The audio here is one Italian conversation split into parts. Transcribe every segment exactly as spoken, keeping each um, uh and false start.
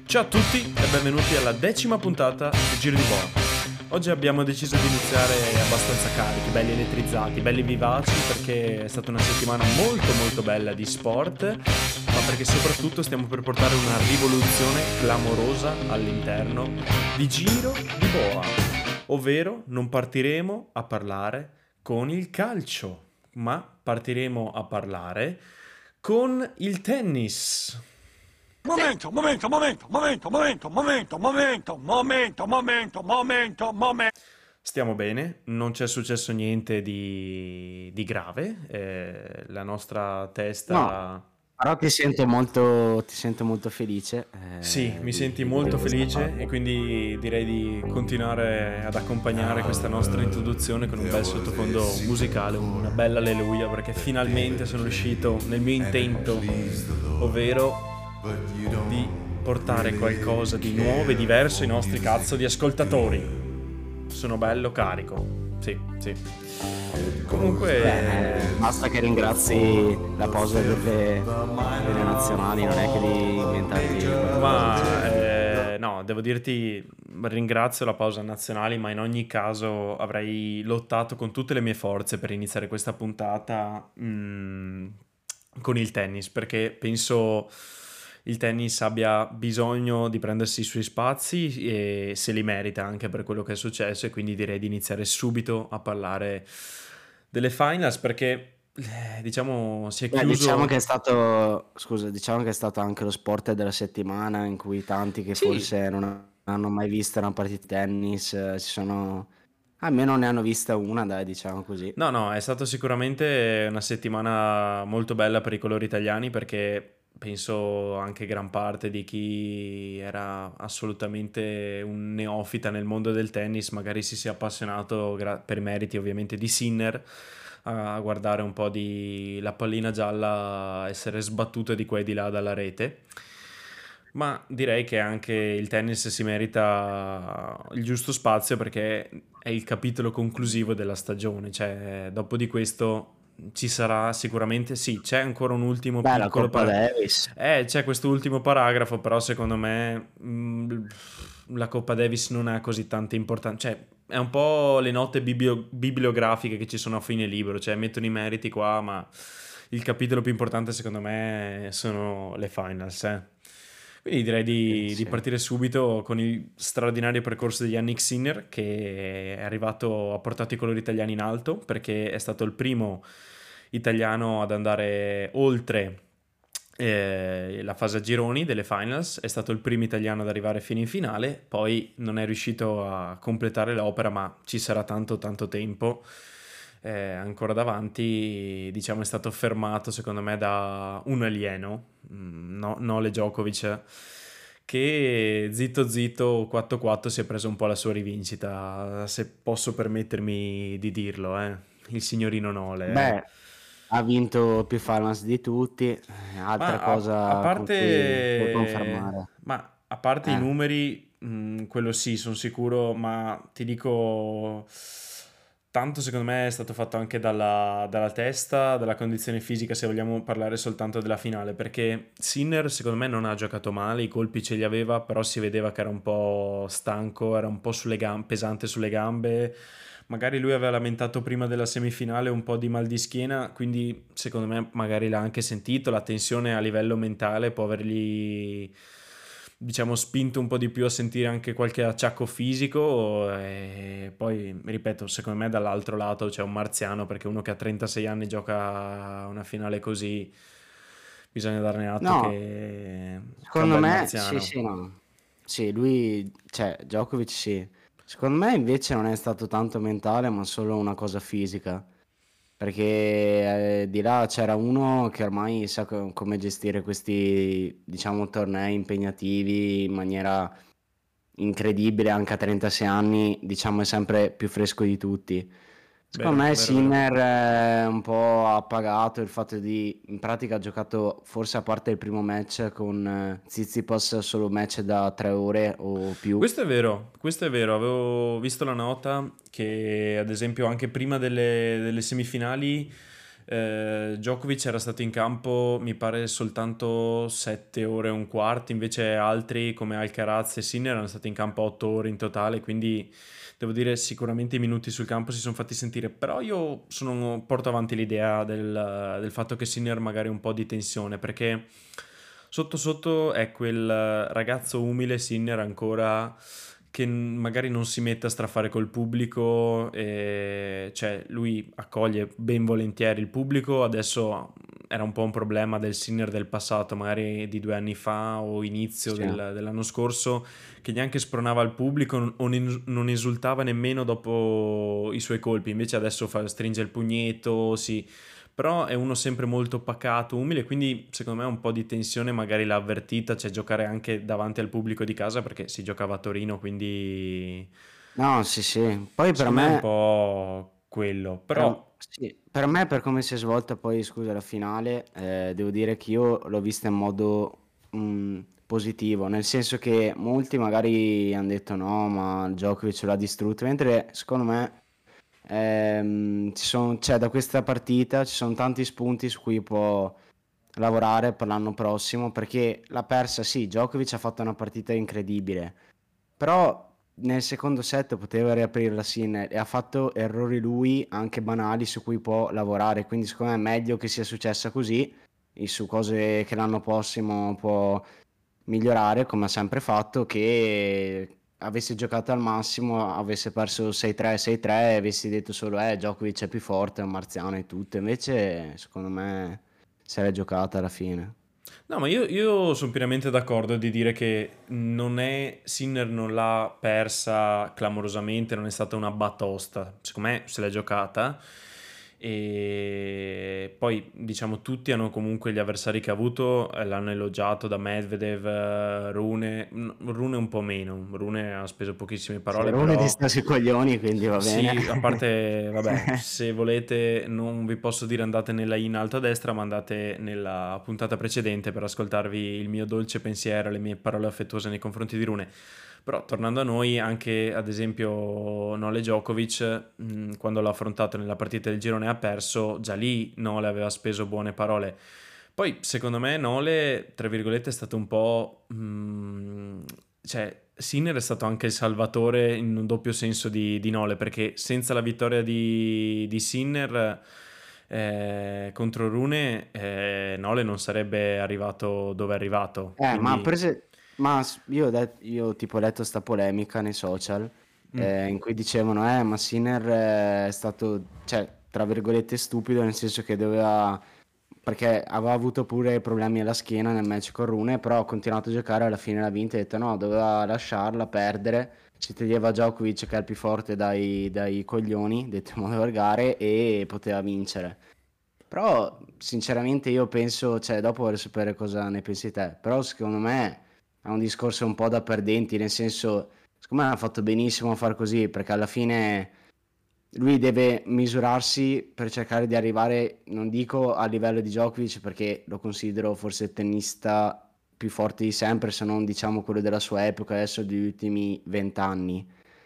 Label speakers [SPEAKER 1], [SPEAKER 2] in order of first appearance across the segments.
[SPEAKER 1] Ciao a tutti e benvenuti alla decima puntata di Giro di Boa. Oggi abbiamo deciso di iniziare abbastanza carichi, belli elettrizzati, belli vivaci, perché è stata una settimana molto molto bella di sport, ma perché soprattutto stiamo per portare una rivoluzione clamorosa all'interno di Giro di Boa, ovvero non partiremo a parlare con il calcio, ma partiremo a parlare con il tennis.
[SPEAKER 2] Momento, momento, momento, momento, momento, momento, momento, momento, momento, momento, momento.
[SPEAKER 1] Stiamo bene, non c'è successo niente di, di grave, eh, la nostra testa...
[SPEAKER 3] No, però ti sento molto, ti sento molto felice. eh,
[SPEAKER 1] Sì, mi
[SPEAKER 3] di-
[SPEAKER 1] senti
[SPEAKER 3] di
[SPEAKER 1] molto
[SPEAKER 3] questa
[SPEAKER 1] felice
[SPEAKER 3] parte.
[SPEAKER 1] e quindi direi di continuare ad accompagnare questa nostra introduzione con un bel sottofondo musicale, una bella alleluia, perché finalmente sono riuscito nel mio intento, ovvero di portare qualcosa di nuovo e diverso ai nostri cazzo di ascoltatori. Sono bello carico, sì, sì. Comunque...
[SPEAKER 3] Beh, basta che ringrazi la pausa delle, delle nazionali, non è che devi inventarti.
[SPEAKER 1] Ma eh, no, devo dirti, ringrazio la pausa nazionali, ma in ogni caso avrei lottato con tutte le mie forze per iniziare questa puntata mm, con il tennis, perché penso il tennis abbia bisogno di prendersi i suoi spazi e se li merita anche per quello che è successo, e quindi direi di iniziare subito a parlare delle finals, perché eh, diciamo si è
[SPEAKER 3] Beh,
[SPEAKER 1] chiuso...
[SPEAKER 3] diciamo che è stato, scusa, diciamo che è stato anche lo sport della settimana in cui tanti che
[SPEAKER 1] Sì,
[SPEAKER 3] forse non hanno mai visto una partita di tennis, eh, si sono, almeno ne hanno vista una, dai, diciamo così.
[SPEAKER 1] no, no, è stata sicuramente una settimana molto bella per i colori italiani, perché penso anche gran parte di chi era assolutamente un neofita nel mondo del tennis magari si sia appassionato gra- per meriti ovviamente di Sinner a guardare un po' di la pallina gialla essere sbattuta di qua e di là dalla rete. Ma direi che anche il tennis si merita il giusto spazio, perché è il capitolo conclusivo della stagione, cioè dopo di questo ci sarà sicuramente, sì, c'è ancora un ultimo
[SPEAKER 3] Beh, la
[SPEAKER 1] piccolo
[SPEAKER 3] Coppa
[SPEAKER 1] paragrafo.
[SPEAKER 3] Davis.
[SPEAKER 1] Eh, c'è questo ultimo paragrafo, però secondo me mh, la Coppa Davis non ha così tanta importanza, cioè è un po' le note biblio- bibliografiche che ci sono a fine libro, cioè mettono i meriti qua, ma il capitolo più importante secondo me sono le finals, eh. Quindi direi
[SPEAKER 3] Sì,
[SPEAKER 1] di, di
[SPEAKER 3] sì.
[SPEAKER 1] partire subito con il straordinario percorso di Yannick Sinner, che è arrivato, ha portato i colori italiani in alto, perché è stato il primo italiano ad andare oltre eh, la fase a gironi delle finals, è stato il primo italiano ad arrivare fino in finale, poi non è riuscito a completare l'opera, ma ci sarà tanto tanto tempo eh, ancora davanti. Diciamo è stato fermato secondo me da un alieno, mm, no, Nole Djokovic, che zitto zitto quattro quattro si è preso un po' la sua rivincita, se posso permettermi di dirlo, eh. Il signorino Nole, eh.
[SPEAKER 3] Beh, ha vinto più finals di tutti, eh, altra
[SPEAKER 1] Ma a, a
[SPEAKER 3] cosa con cui puoi
[SPEAKER 1] parte,
[SPEAKER 3] confermare.
[SPEAKER 1] ma a parte i
[SPEAKER 3] Eh,
[SPEAKER 1] numeri, mh, quello sì, sono sicuro, ma ti dico, tanto secondo me è stato fatto anche dalla, dalla testa, dalla condizione fisica, se vogliamo parlare soltanto della finale, perché Sinner secondo me non ha giocato male, i colpi ce li aveva, però si vedeva che era un po' stanco, era un po' sulle gambe, pesante sulle gambe. Magari lui aveva lamentato prima della semifinale un po' di mal di schiena, quindi secondo me magari l'ha anche sentito, la tensione a livello mentale può avergli, diciamo, spinto un po' di più a sentire anche qualche acciacco fisico. E poi, ripeto, secondo me dall'altro lato c'è un marziano, perché uno che a trentasei anni gioca una finale così, bisogna darne atto
[SPEAKER 3] no,
[SPEAKER 1] che, che è un
[SPEAKER 3] secondo
[SPEAKER 1] bel
[SPEAKER 3] me sì,
[SPEAKER 1] marziano.
[SPEAKER 3] sì, no. Sì, lui, cioè, Djokovic sì. Secondo me invece non è stato tanto mentale, ma solo una cosa fisica. Perché eh, di là c'era uno che ormai sa co- come gestire questi, diciamo, tornei impegnativi in maniera incredibile, anche a trentasei anni, diciamo, è sempre più fresco di tutti. Secondo
[SPEAKER 1] Vero,
[SPEAKER 3] me
[SPEAKER 1] vero, vero.
[SPEAKER 3] Sinner eh, un po' ha pagato il fatto di, in pratica ha giocato forse a parte il primo match con eh, Tsitsipas solo match da tre ore o più.
[SPEAKER 1] Questo è vero, questo è vero, avevo visto la nota che ad esempio anche prima delle, delle semifinali Eh, Djokovic era stato in campo, mi pare, soltanto sette ore e un quarto, invece altri come Alcaraz e Sinner erano stati in campo otto ore in totale, quindi devo dire sicuramente i minuti sul campo si sono fatti sentire, però io sono- porto avanti l'idea del, del fatto che Sinner magari ha un po' di tensione, perché sotto sotto è quel ragazzo umile Sinner ancora che n- magari non si mette a strafare col pubblico, e cioè lui accoglie ben volentieri il pubblico. Adesso era un po' un problema del Sinner del passato, magari di due anni fa o inizio
[SPEAKER 3] Sì.
[SPEAKER 1] del- dell'anno scorso, che neanche spronava il pubblico non- o non non esultava nemmeno dopo i suoi colpi. Invece adesso fa- stringe il pugnetto, si però è uno sempre molto pacato, umile, quindi secondo me un po' di tensione magari l'ha avvertita, cioè giocare anche davanti al pubblico di casa perché si giocava a Torino, quindi
[SPEAKER 3] No, sì, sì. Poi per
[SPEAKER 1] secondo me è un
[SPEAKER 3] me,
[SPEAKER 1] po' quello,
[SPEAKER 3] per,
[SPEAKER 1] però
[SPEAKER 3] sì, per me, per come si è svolta poi, scusa, la finale, eh, devo dire che io l'ho vista in modo mm, positivo, nel senso che molti magari hanno detto no, ma il Djokovic l'ha distrutto, mentre secondo me ehm, ci sono, cioè, da questa partita ci sono tanti spunti su cui può lavorare per l'anno prossimo, perché l'ha persa, sì, Djokovic ha fatto una partita incredibile, però nel secondo set poteva riaprire la Sinner e ha fatto errori lui anche banali su cui può lavorare, quindi secondo me è meglio che sia successa così e su cose che l'anno prossimo può migliorare come ha sempre fatto, che avesse giocato al massimo, avesse perso sei tre sei tre e avessi detto solo eh Djokovic è più forte, è un marziano e tutto, invece secondo me se l'è giocata alla fine.
[SPEAKER 1] no, ma io, io sono pienamente d'accordo di dire che non è Sinner non l'ha persa clamorosamente, non è stata una batosta, secondo me se l'è giocata. E poi diciamo tutti hanno comunque gli avversari che ha avuto, eh, l'hanno elogiato, da Medvedev, eh, Rune, mm, Rune un po' meno, Rune ha speso pochissime
[SPEAKER 3] Se
[SPEAKER 1] parole,
[SPEAKER 3] uno ti
[SPEAKER 1] però
[SPEAKER 3] sta sui coglioni, quindi va bene.
[SPEAKER 1] sì, a parte, vabbè, se volete non vi posso dire andate nella in alto a destra, ma andate nella puntata precedente per ascoltarvi il mio dolce pensiero, le mie parole affettuose nei confronti di Rune. Però tornando a noi, anche ad esempio Nole Djokovic, mh, quando l'ha affrontato nella partita del girone ha perso, già lì Nole aveva speso buone parole. Poi, secondo me, Nole, tra virgolette, è stato un po'... mh, cioè, Sinner è stato anche il salvatore in un doppio senso di, di Nole, perché senza la vittoria di, di Sinner eh, contro Rune, eh, Nole non sarebbe arrivato dove è arrivato.
[SPEAKER 3] Eh, ma
[SPEAKER 1] Quindi...
[SPEAKER 3] prese, ma s- io, ho det- io tipo ho letto sta polemica nei social
[SPEAKER 1] mm.
[SPEAKER 3] eh, in cui dicevano, eh, ma Sinner eh, è stato, cioè, tra virgolette, stupido, nel senso che doveva, perché aveva avuto pure problemi alla schiena nel match con Rune, però ha continuato a giocare, alla fine l'ha vinta e ha detto no, doveva lasciarla, perdere, si toglieva Djokovic che è il più forte dai, dai coglioni, detto in modo volgare, e poteva vincere. Però, sinceramente, io penso, cioè, dopo vorrei sapere cosa ne pensi te, però secondo me è un discorso un po' da perdenti, nel senso, secondo me ha fatto benissimo a far così, perché alla fine lui deve misurarsi per cercare di arrivare, non dico a livello di Djokovic, perché lo considero forse il tennista più forte di sempre, se non diciamo quello della sua epoca, adesso degli ultimi vent'anni.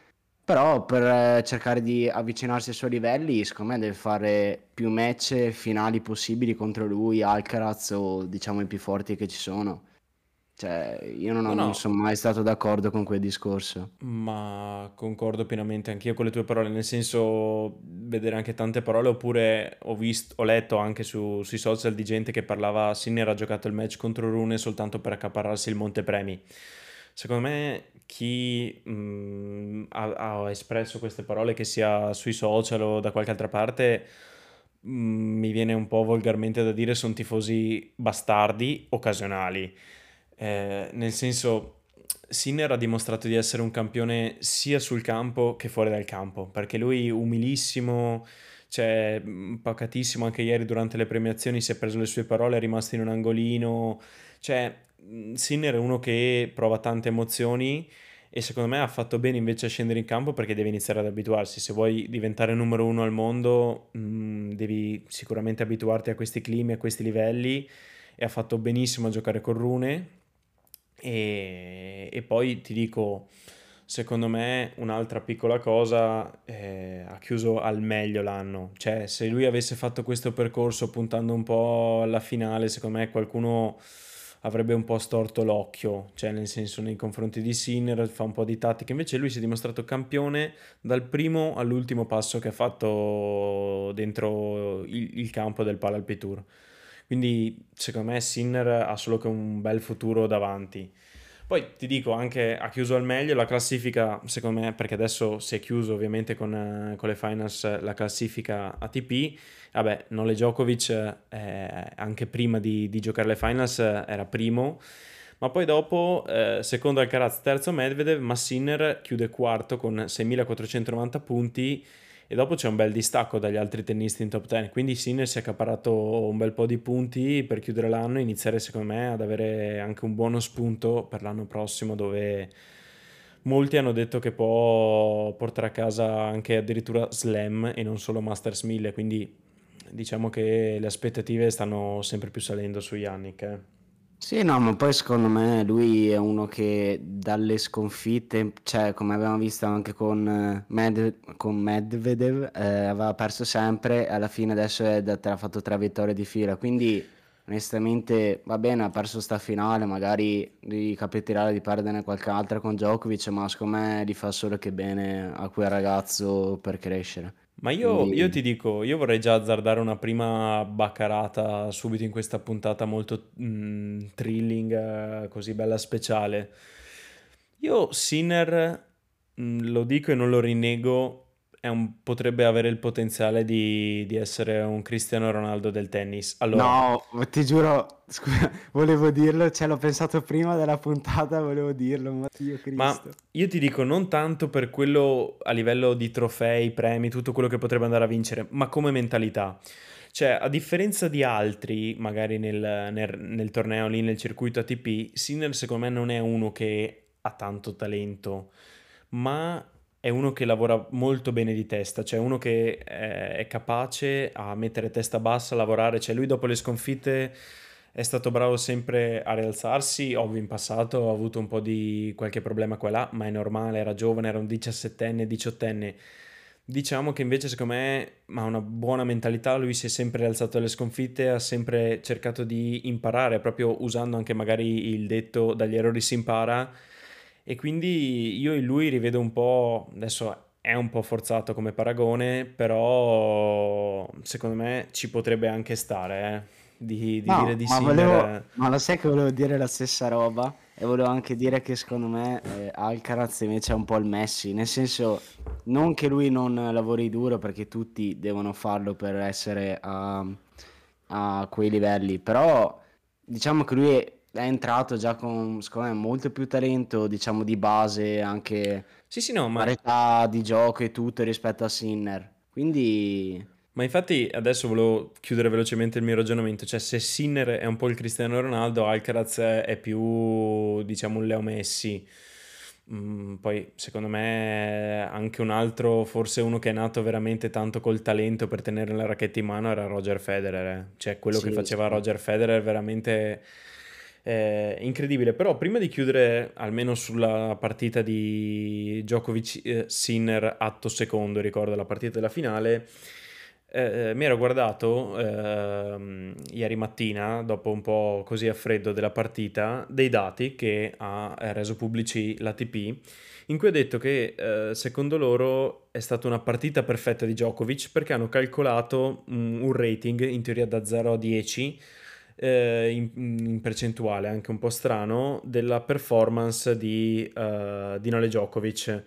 [SPEAKER 3] Però per eh, cercare di avvicinarsi ai suoi livelli, secondo me deve fare più match finali possibili contro lui, Alcaraz o diciamo i più forti che ci sono. Cioè, io non,
[SPEAKER 1] No,
[SPEAKER 3] ho- non
[SPEAKER 1] no,
[SPEAKER 3] sono mai stato d'accordo con quel discorso.
[SPEAKER 1] ma concordo pienamente anch'io con le tue parole, nel senso vedere anche tante parole, oppure ho visto, ho letto anche su- sui social di gente che parlava Sinner ha giocato il match contro Rune soltanto per accaparrarsi il montepremi. Secondo me chi mh, ha, ha espresso queste parole, che sia sui social o da qualche altra parte, mh, mi viene un po' volgarmente da dire sono tifosi bastardi occasionali. Eh, nel senso, Sinner ha dimostrato di essere un campione sia sul campo che fuori dal campo, perché lui umilissimo, cioè mh, pacatissimo, anche ieri durante le premiazioni si è preso le sue parole, è rimasto in un angolino, cioè mh, Sinner è uno che prova tante emozioni e secondo me ha fatto bene invece a scendere in campo perché deve iniziare ad abituarsi. Se vuoi diventare numero uno al mondo, mh, devi sicuramente abituarti a questi climi, a questi livelli, e ha fatto benissimo a giocare con Rune. E, e poi ti dico, secondo me un'altra piccola cosa, eh, ha chiuso al meglio l'anno. Cioè, se lui avesse fatto questo percorso puntando un po' alla finale, secondo me qualcuno avrebbe un po' storto l'occhio, cioè nel senso nei confronti di Sinner, fa un po' di tattica, invece lui si è dimostrato campione dal primo all'ultimo passo che ha fatto dentro il, il campo del Paralpi Tour. Quindi secondo me Sinner ha solo che un bel futuro davanti. Poi ti dico anche ha chiuso al meglio la classifica, secondo me, perché adesso si è chiuso ovviamente con, eh, con le finals eh, la classifica A T P. Vabbè, Nole Djokovic eh, anche prima di, di giocare le finals eh, era primo, ma poi dopo eh, secondo Alcaraz, terzo Medvedev, ma Sinner chiude quarto con seimilaquattrocentonovanta punti e dopo c'è un bel distacco dagli altri tennisti in top dieci, quindi Sinner si è accaparato un bel po' di punti per chiudere l'anno e iniziare secondo me ad avere anche un buono spunto per l'anno prossimo dove molti hanno detto che può portare a casa anche addirittura Slam e non solo Masters mille, quindi diciamo che le aspettative stanno sempre più salendo su Yannick. eh.
[SPEAKER 3] Sì, no, ma poi secondo me lui è uno che dalle sconfitte, cioè come abbiamo visto anche con, eh, Med- con Medvedev, eh, aveva perso sempre e alla fine adesso è da- ha fatto tre vittorie di fila, quindi onestamente va bene, ha perso sta finale, magari gli capiterà di perderne qualche altra con Djokovic, ma secondo me gli fa solo che bene a quel ragazzo per crescere.
[SPEAKER 1] Ma io, io
[SPEAKER 3] Quindi
[SPEAKER 1] ti dico, io vorrei già azzardare una prima baccarata subito in questa puntata molto mm, thrilling, eh, così bella speciale. Io Sinner, mm, lo dico e non lo rinnego, è un- potrebbe avere il potenziale di, di essere un Cristiano Ronaldo del tennis. Allora,
[SPEAKER 3] no, ti giuro, scusa, volevo dirlo, cioè l'ho pensato prima della puntata, volevo dirlo, ma Dio
[SPEAKER 1] ma
[SPEAKER 3] Cristo.
[SPEAKER 1] io ti dico non tanto per quello a livello di trofei, premi, tutto quello che potrebbe andare a vincere, ma come mentalità. Cioè, a differenza di altri, magari nel, nel- nel torneo lì, nel circuito A T P, Sinner secondo me non è uno che ha tanto talento, ma è uno che lavora molto bene di testa, cioè uno che eh, è capace a mettere testa bassa, a lavorare, cioè lui dopo le sconfitte è stato bravo sempre a rialzarsi, ovvio in passato ha avuto un po' di qualche problema qua e là, ma è normale, era giovane, era un diciassettenne, diciottenne. Diciamo che invece secondo me ha una buona mentalità, lui si è sempre rialzato dalle sconfitte, ha sempre cercato di imparare, proprio usando anche magari il detto dagli errori si impara e quindi io in lui rivedo un po', adesso è un po' forzato come paragone, però secondo me ci potrebbe anche stare, eh, di, di dire
[SPEAKER 3] No,
[SPEAKER 1] di
[SPEAKER 3] ma volevo,
[SPEAKER 1] Sinner.
[SPEAKER 3] ma lo sai che volevo dire la stessa roba e volevo anche dire che secondo me eh, Alcaraz invece è un po' il Messi, nel senso non che lui non lavori duro perché tutti devono farlo per essere a, a quei livelli, però diciamo che lui è, è entrato già con secondo me molto più talento, diciamo di base, anche
[SPEAKER 1] Sì, sì, no, ma
[SPEAKER 3] varietà di gioco e tutto rispetto a Sinner, quindi
[SPEAKER 1] Ma infatti adesso volevo chiudere velocemente il mio ragionamento, cioè se Sinner è un po' il Cristiano Ronaldo, Alcaraz è più, diciamo, un Leo Messi. Mm, poi secondo me anche un altro, forse uno che è nato veramente tanto col talento per tenere la racchetta in mano era Roger Federer, eh. Cioè quello che
[SPEAKER 3] sì,
[SPEAKER 1] faceva
[SPEAKER 3] sì.
[SPEAKER 1] Roger Federer è veramente eh, incredibile. Però prima di chiudere almeno sulla partita di Djokovic-Sinner atto secondo, ricordo la partita della finale, eh, eh, mi ero guardato ehm, ieri mattina, dopo un po' così a freddo della partita, dei dati che ha eh, reso pubblici l'A T P, in cui ha detto che eh, secondo loro è stata una partita perfetta di Djokovic perché hanno calcolato mm, un rating in teoria da zero a dieci eh, in, in percentuale, anche un po' strano, della performance di, eh, di Nole Djokovic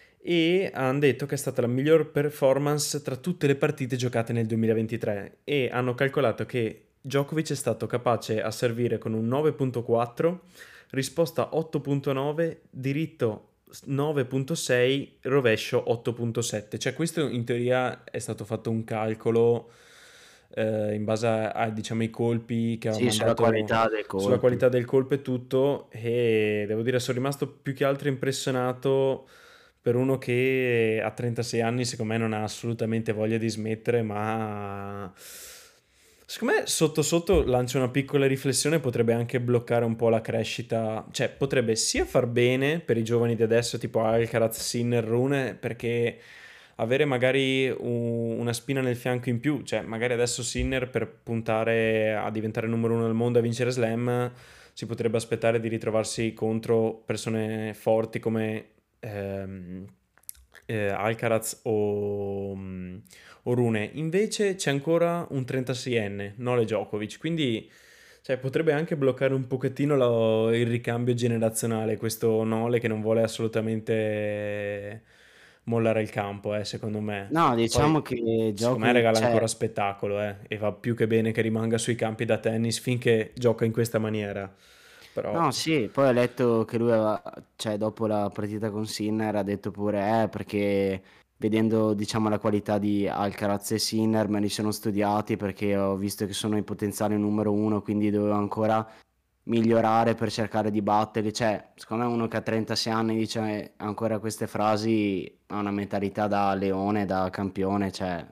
[SPEAKER 1] e hanno detto che è stata la miglior performance tra tutte le partite giocate nel duemilaventitré e hanno calcolato che Djokovic è stato capace a servire con un nove virgola quattro, risposta otto virgola nove, diritto nove virgola sei, rovescio otto virgola sette. Cioè questo in teoria è stato fatto un calcolo eh, in base a, a, diciamo i colpi che ha
[SPEAKER 3] Sì, sulla
[SPEAKER 1] mandato
[SPEAKER 3] qualità dei
[SPEAKER 1] sulla
[SPEAKER 3] colpi.
[SPEAKER 1] qualità del colpo e tutto e devo dire sono rimasto più che altro impressionato per uno che a trentasei anni secondo me non ha assolutamente voglia di smettere, ma Secondo me sotto sotto lancio una piccola riflessione, potrebbe anche bloccare un po' la crescita, cioè potrebbe sia far bene per i giovani di adesso tipo Alcaraz, Sinner, Rune, perché avere magari un- una spina nel fianco in più, cioè magari adesso Sinner per puntare a diventare numero uno al mondo e a vincere Slam si potrebbe aspettare di ritrovarsi contro persone forti come ehm, eh, Alcaraz o, mm, o Rune. Invece c'è ancora un trentaseienne, Nole Djokovic, quindi cioè, potrebbe anche bloccare un pochettino la- il ricambio generazionale, questo Nole che non vuole assolutamente mollare il campo, eh, secondo me.
[SPEAKER 3] No,
[SPEAKER 1] Poi,
[SPEAKER 3] diciamo che
[SPEAKER 1] secondo me
[SPEAKER 3] Djokovic,
[SPEAKER 1] regala
[SPEAKER 3] cioè,
[SPEAKER 1] ancora spettacolo, eh, e va più che bene che rimanga sui campi da tennis finché gioca in questa maniera. Però,
[SPEAKER 3] no, sì, poi ho letto che lui aveva, cioè, dopo la partita con Sinner ha detto pure, eh, perché vedendo, diciamo, la qualità di Alcaraz e Sinner me li sono studiati perché ho visto che sono i potenziali numero uno, quindi dovevo ancora migliorare per cercare di batterli. Cioè, secondo me uno che ha trentasei anni dice ancora queste frasi ha una mentalità da leone, da campione, cioè...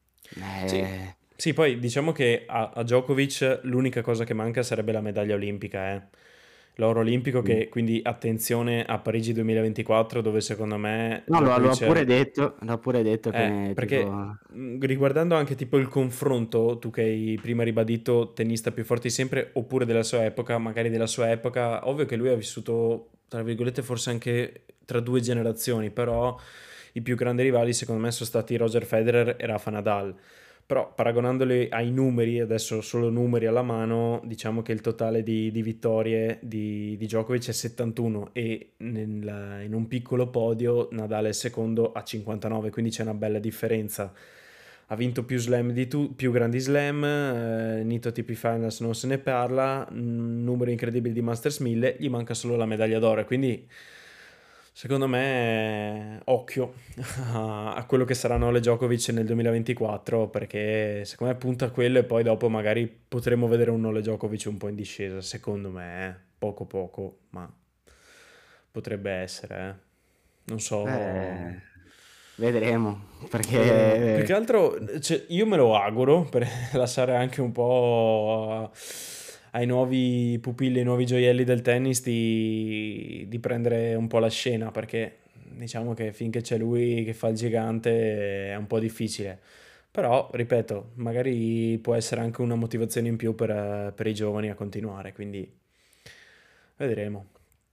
[SPEAKER 1] sì,
[SPEAKER 3] eh,
[SPEAKER 1] sì, poi diciamo che a, a Djokovic l'unica cosa che manca sarebbe la medaglia olimpica, eh. L'oro olimpico
[SPEAKER 3] sì.
[SPEAKER 1] che quindi attenzione a Parigi duemilaventiquattro dove secondo me
[SPEAKER 3] No, lo, lo ha pure
[SPEAKER 1] Djokovic.
[SPEAKER 3] detto, lo ha pure detto
[SPEAKER 1] Eh,
[SPEAKER 3] che
[SPEAKER 1] perché
[SPEAKER 3] tipo...
[SPEAKER 1] mh, riguardando anche tipo il confronto, tu che hai prima ribadito tennista più forte di sempre, oppure della sua epoca, magari della sua epoca, ovvio che lui ha vissuto, tra virgolette, forse anche tra due generazioni, però i più grandi rivali secondo me sono stati Roger Federer e Rafa Nadal. Però paragonandoli ai numeri, adesso solo numeri alla mano, diciamo che il totale di, di vittorie di, di Djokovic è settantuno e nel- in un piccolo podio Nadal è secondo a cinquantanove, quindi c'è una bella differenza. Ha vinto più slam di tu, più grandi slam, eh, Nito T P Finals non se ne parla, n- numero incredibile di Masters mille, gli manca solo la medaglia d'oro, e quindi secondo me occhio a, a quello che sarà Nole Djokovic nel duemilaventiquattro, perché secondo me punta a quello e poi dopo magari potremo vedere un Nole Djokovic un po' in discesa, secondo me, eh. Poco poco, ma potrebbe essere, eh. Non so.
[SPEAKER 3] Eh, vedremo,
[SPEAKER 1] Vedremo. Più che
[SPEAKER 3] perché...
[SPEAKER 1] altro, cioè, io me lo auguro per lasciare anche un po' ai nuovi pupilli, ai nuovi gioielli del tennis di, di prendere un po' la scena, perché diciamo che finché c'è lui che fa il gigante è un po' difficile. Però, ripeto, magari può essere anche una motivazione in più per, per i giovani a continuare, quindi vedremo.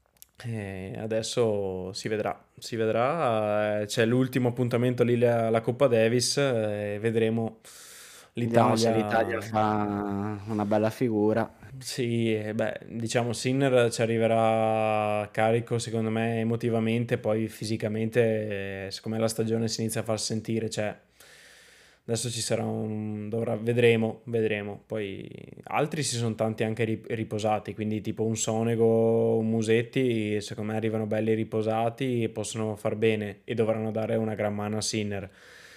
[SPEAKER 1] E adesso si vedrà, si vedrà, eh, c'è l'ultimo appuntamento lì la, la Coppa Davis e vedremo
[SPEAKER 3] Vediamo se
[SPEAKER 1] l'Italia.
[SPEAKER 3] l'Italia fa una bella figura.
[SPEAKER 1] Sì, eh, beh, diciamo Sinner ci arriverà carico secondo me emotivamente, poi fisicamente, eh, secondo me la stagione si inizia a far sentire, cioè adesso ci sarà un... dovrà... vedremo, vedremo. Poi altri si sono tanti anche ri- riposati, quindi tipo un Sonego, un Musetti, secondo me arrivano belli riposati e possono far bene e dovranno dare una gran mano a Sinner.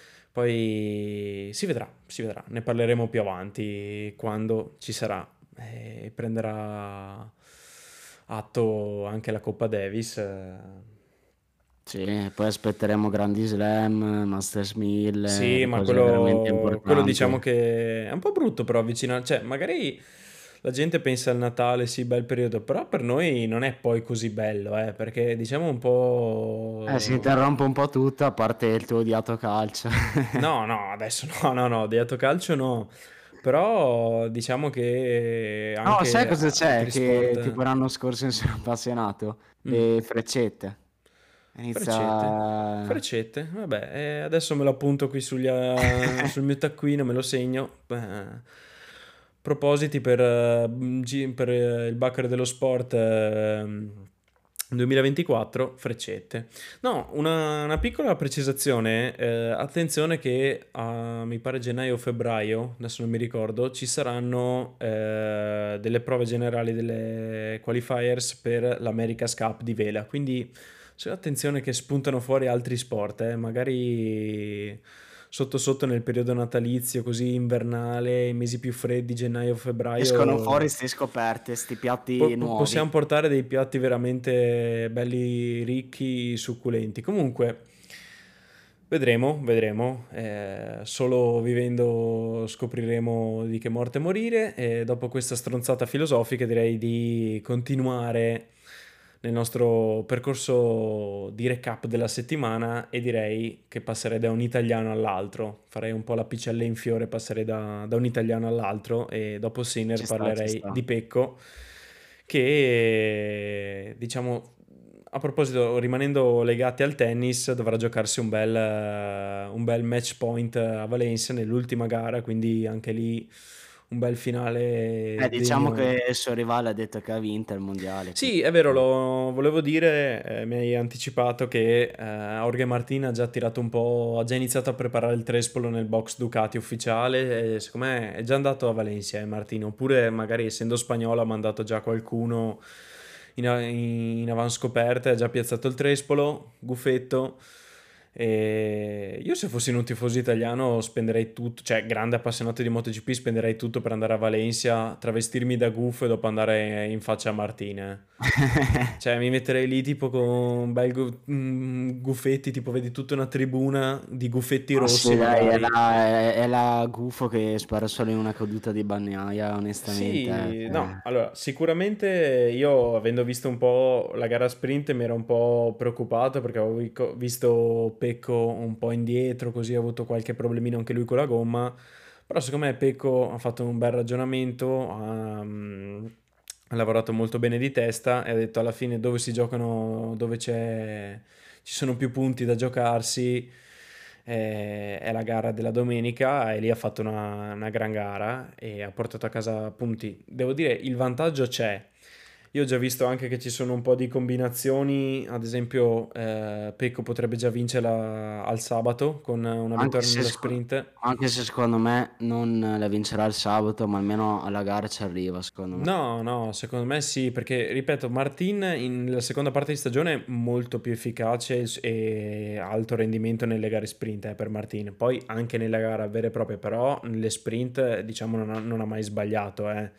[SPEAKER 1] Poi si vedrà, si vedrà, ne parleremo più avanti quando ci sarà e prenderà atto anche la Coppa Davis. eh,
[SPEAKER 3] Sì, poi aspetteremo grandi slam, Masters mille,
[SPEAKER 1] Sì,
[SPEAKER 3] le
[SPEAKER 1] ma
[SPEAKER 3] cose veramente
[SPEAKER 1] quello, quello diciamo
[SPEAKER 3] importanti.
[SPEAKER 1] che è un po' brutto però avvicinare, cioè magari la gente pensa al Natale, sì, bel periodo, però per noi non è poi così bello, eh, perché diciamo un
[SPEAKER 3] Eh, si
[SPEAKER 1] po'.
[SPEAKER 3] interrompe un po' tutto, a parte il tuo odiato calcio.
[SPEAKER 1] No, no, adesso no, no, no, Beato Calcio no, però diciamo che
[SPEAKER 3] No, sai
[SPEAKER 1] anche
[SPEAKER 3] cosa c'è?
[SPEAKER 1] altri
[SPEAKER 3] Che
[SPEAKER 1] sport.
[SPEAKER 3] tipo l'anno scorso mi sono appassionato?
[SPEAKER 1] Mm.
[SPEAKER 3] Le freccette.
[SPEAKER 1] Freccette,
[SPEAKER 3] Inizia...
[SPEAKER 1] freccette, vabbè, eh, adesso me lo appunto qui sugli, eh, sul mio taccuino, me lo segno. Eh, propositi per, eh, gi- per eh, il Baccar dello Sport eh, duemilaventiquattro, freccette. No, una, una piccola precisazione, eh, attenzione che a, mi pare gennaio o febbraio, adesso non mi ricordo, ci saranno eh, delle prove generali delle qualifiers per l'America's Cup di vela, quindi c'è attenzione che spuntano fuori altri sport, eh, magari sotto sotto nel periodo natalizio, così invernale, i mesi più freddi, gennaio,
[SPEAKER 3] Escono
[SPEAKER 1] febbraio,
[SPEAKER 3] fuori ste scoperte, sti piatti
[SPEAKER 1] po- po-
[SPEAKER 3] nuovi.
[SPEAKER 1] possiamo portare dei piatti veramente belli, ricchi, succulenti. Comunque, Vedremo, vedremo. Eh, solo vivendo scopriremo di che morte morire. E dopo questa stronzata filosofica direi di continuare nel nostro percorso di recap della settimana e direi che passerei da un italiano all'altro. Farei un po' la picella in fiore, passerei da, da un italiano all'altro e dopo Sinner
[SPEAKER 3] Ci sta, ci
[SPEAKER 1] parlerei
[SPEAKER 3] sta.
[SPEAKER 1] di Pecco che diciamo a proposito, rimanendo legati al tennis, dovrà giocarsi un bel, eh, un bel match point a Valencia nell'ultima gara, quindi anche lì un bel finale
[SPEAKER 3] Eh, diciamo
[SPEAKER 1] degno.
[SPEAKER 3] che il suo rivale ha detto che ha vinto il mondiale, quindi
[SPEAKER 1] Sì, è vero, lo volevo dire, eh, mi hai anticipato che eh, Jorge Martin ha già tirato un po', ha già iniziato a preparare il trespolo nel box Ducati ufficiale e secondo me è già andato a Valencia, eh, Martin, oppure magari essendo spagnolo ha mandato già qualcuno in, in avanscoperta, ha già piazzato il trespolo, Guffetto. E io se fossi un tifoso italiano spenderei tutto, cioè grande appassionato di MotoGP, spenderei tutto per andare a Valencia, travestirmi da gufo e dopo andare in faccia a Martina. Cioè mi metterei lì tipo con un bel gu- mm, guffetti, tipo vedi tutta una tribuna di guffetti
[SPEAKER 3] Ma
[SPEAKER 1] rossi
[SPEAKER 3] sì, dai, è
[SPEAKER 1] magari.
[SPEAKER 3] la, è, è la gufo che spara solo in una caduta di Bagnaia, onestamente. eh,
[SPEAKER 1] Sì, no,
[SPEAKER 3] cioè.
[SPEAKER 1] allora sicuramente io avendo visto un po' la gara sprint mi ero un po' preoccupato perché avevo vico- visto Pecco un po' indietro, così ha avuto qualche problemino anche lui con la gomma, però secondo me Pecco ha fatto un bel ragionamento, ha, mm, ha lavorato molto bene di testa e ha detto alla fine dove si giocano, dove c'è, ci sono più punti da giocarsi eh, è la gara della domenica e lì ha fatto una, una gran gara e ha portato a casa punti. Devo dire, il vantaggio c'è. Io ho già visto anche che ci sono un po' di combinazioni, ad esempio eh, Pecco potrebbe già vincerla al sabato con una
[SPEAKER 3] Anche
[SPEAKER 1] vittoria
[SPEAKER 3] se,
[SPEAKER 1] nella
[SPEAKER 3] seco-
[SPEAKER 1] sprint.
[SPEAKER 3] anche se secondo me non la vincerà il sabato, ma almeno alla gara ci arriva, secondo me.
[SPEAKER 1] No, no, secondo me sì, perché ripeto, Martin in- nella seconda parte di stagione è molto più efficace e s- e alto rendimento nelle gare sprint eh, per Martin. Poi anche nella gara vera e propria, però nelle sprint eh, diciamo non ha, non ha mai sbagliato. Eh.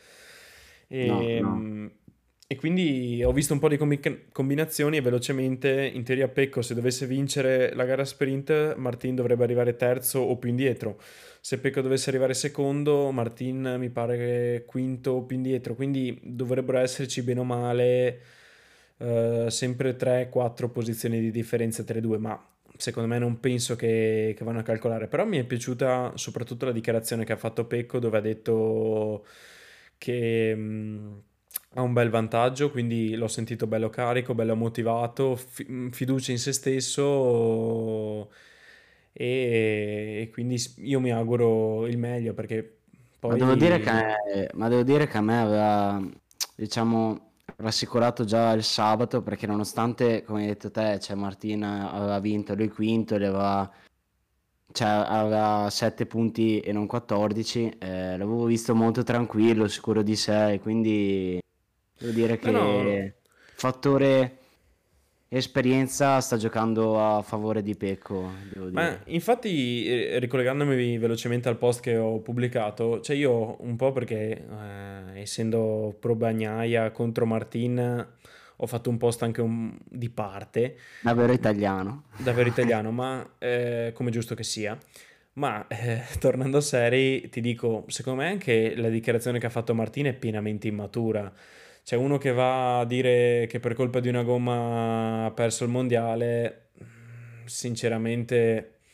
[SPEAKER 3] No,
[SPEAKER 1] E,
[SPEAKER 3] no.
[SPEAKER 1] mm, e quindi ho visto un po' di combi- combinazioni e velocemente in teoria Pecco se dovesse vincere la gara sprint Martin dovrebbe arrivare terzo o più indietro. Se Pecco dovesse arrivare secondo, Martin mi pare che quinto o più indietro, quindi dovrebbero esserci bene o male eh, sempre tre quattro posizioni di differenza tra i due, ma secondo me non penso che, che vanno a calcolare. Però mi è piaciuta soprattutto la dichiarazione che ha fatto Pecco dove ha detto che mh, ha un bel vantaggio, quindi l'ho sentito bello carico, bello motivato, fi- fiducia in se stesso e, e quindi s- io mi auguro il meglio perché
[SPEAKER 3] Ma devo dire che,
[SPEAKER 1] poi
[SPEAKER 3] ma devo dire che a me aveva, diciamo, rassicurato già il sabato, perché nonostante, come hai detto te, cioè Martina aveva vinto, lui quinto, e aveva, cioè, aveva sette punti e non quattordici, eh, l'avevo visto molto tranquillo, sicuro di sé, quindi devo dire
[SPEAKER 1] no, no.
[SPEAKER 3] che fattore esperienza sta giocando a favore di Pecco, devo
[SPEAKER 1] Ma
[SPEAKER 3] dire.
[SPEAKER 1] infatti, eh, ricollegandomi velocemente al post che ho pubblicato, cioè io un po' perché eh, essendo pro Bagnaia contro Martin ho fatto un post anche un- di parte,
[SPEAKER 3] Davvero italiano.
[SPEAKER 1] davvero italiano, ma eh, come giusto che sia. Ma eh, tornando a seri, ti dico, secondo me anche la dichiarazione che ha fatto Martin è pienamente immatura. C'è uno che va a dire che per colpa di una gomma ha perso il mondiale, sinceramente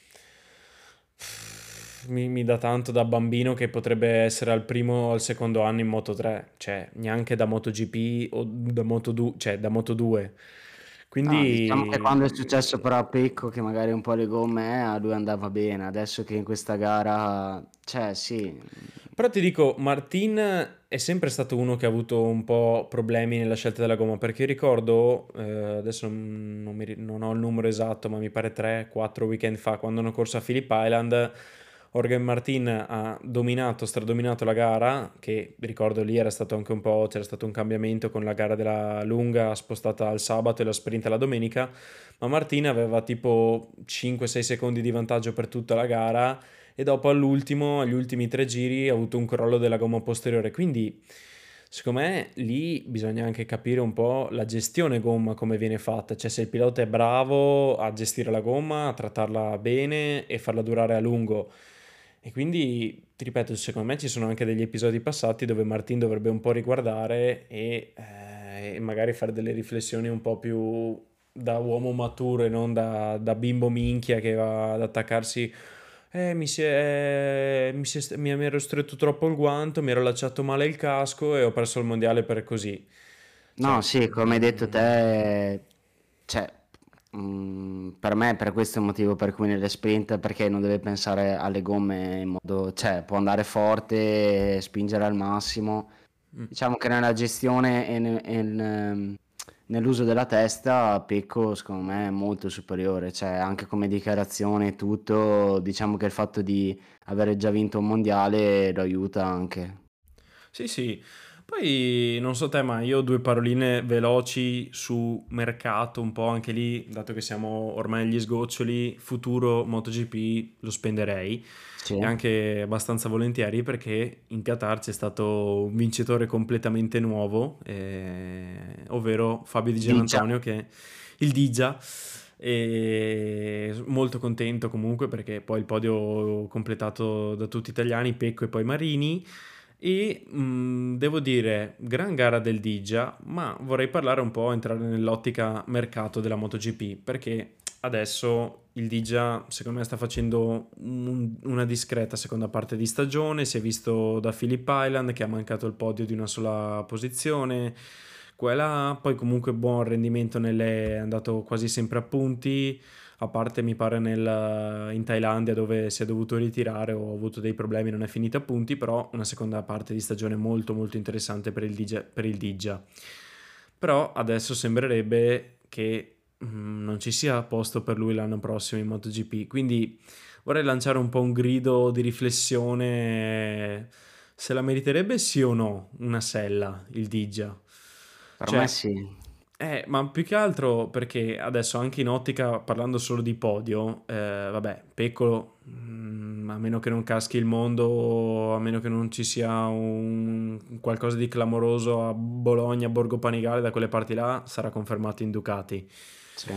[SPEAKER 1] mi, mi dà tanto da bambino che potrebbe essere al primo o al secondo anno in Moto tre, cioè neanche da MotoGP o da Moto due, cioè da Moto due.
[SPEAKER 3] No, diciamo che
[SPEAKER 1] Quindi
[SPEAKER 3] quando è successo però a Pecco che magari un po' le gomme, eh, a lui andava bene, adesso che in questa gara, cioè sì,
[SPEAKER 1] però ti dico, Martin è sempre stato uno che ha avuto un po' problemi nella scelta della gomma, perché io ricordo, eh, adesso non, non mi ri- non ho il numero esatto, ma mi pare tre quattro weekend fa, quando hanno corso a Phillip Island, Jorge Martin ha dominato, stradominato la gara, che ricordo lì era stato anche un po', c'era stato un cambiamento con la gara della lunga spostata al sabato e la sprint alla domenica, ma Martin aveva tipo cinque sei secondi di vantaggio per tutta la gara e dopo all'ultimo, agli ultimi tre giri, ha avuto un crollo della gomma posteriore. Quindi, secondo me lì bisogna anche capire un po' la gestione gomma come viene fatta, cioè se il pilota è bravo a gestire la gomma, a trattarla bene e farla durare a lungo. E quindi, ti ripeto, secondo me ci sono anche degli episodi passati dove Martin dovrebbe un po' riguardare e, eh, e magari fare delle riflessioni un po' più da uomo maturo e non da, da bimbo minchia che va ad attaccarsi. Eh, mi si è, mi si è- mi ero stretto troppo il guanto, mi ero allacciato male il casco e ho perso il mondiale per così.
[SPEAKER 3] No,
[SPEAKER 1] Cioè,
[SPEAKER 3] sì, come hai detto
[SPEAKER 1] mm,
[SPEAKER 3] te, cioè, mm, per me, per questo è il motivo per cui nelle sprint, perché non deve pensare alle gomme in modo, cioè, può andare forte, spingere al massimo.
[SPEAKER 1] mm.
[SPEAKER 3] Diciamo che nella gestione e, ne- e n- nell'uso della testa, Pecco, secondo me, è molto superiore, cioè, anche come dichiarazione e tutto, diciamo che il fatto di avere già vinto un mondiale lo aiuta anche.
[SPEAKER 1] Sì, sì. Poi non so te, ma io ho due paroline veloci su mercato, un po' anche lì, dato che siamo ormai agli sgoccioli, futuro MotoGP lo spenderei
[SPEAKER 3] Sì,
[SPEAKER 1] e anche abbastanza volentieri perché in Qatar c'è stato un vincitore completamente nuovo, eh, ovvero Fabio Di
[SPEAKER 3] Digia.
[SPEAKER 1] Giannantonio, che è il Digia. E molto contento comunque perché poi il podio completato da tutti italiani, Pecco e poi Marini. E mh, devo dire, gran gara del Digia, ma vorrei parlare un po', entrare nell'ottica mercato della MotoGP, perché adesso il Digia secondo me sta facendo un- una discreta seconda parte di stagione, si è visto da Phillip Island che ha mancato il podio di una sola posizione, qua e là, poi comunque buon rendimento nelle, è andato quasi sempre a punti, a parte mi pare nel- in Thailandia dove si è dovuto ritirare o ha avuto dei problemi, non è finita a punti, però una seconda parte di stagione molto molto interessante per il Digia. Per il Digia. Però adesso sembrerebbe che mm, non ci sia posto per lui l'anno prossimo in MotoGP, quindi vorrei lanciare un po' un grido di riflessione se la meriterebbe sì o no una sella il Digia.
[SPEAKER 3] Per me
[SPEAKER 1] Cioè,
[SPEAKER 3] sì.
[SPEAKER 1] eh, ma più che altro perché adesso anche in ottica, parlando solo di podio, eh, vabbè, Pecco, mm, a meno che non caschi il mondo, a meno che non ci sia un qualcosa di clamoroso a Bologna, Borgo Panigale, da quelle parti là, sarà confermato in Ducati.
[SPEAKER 3] Sì.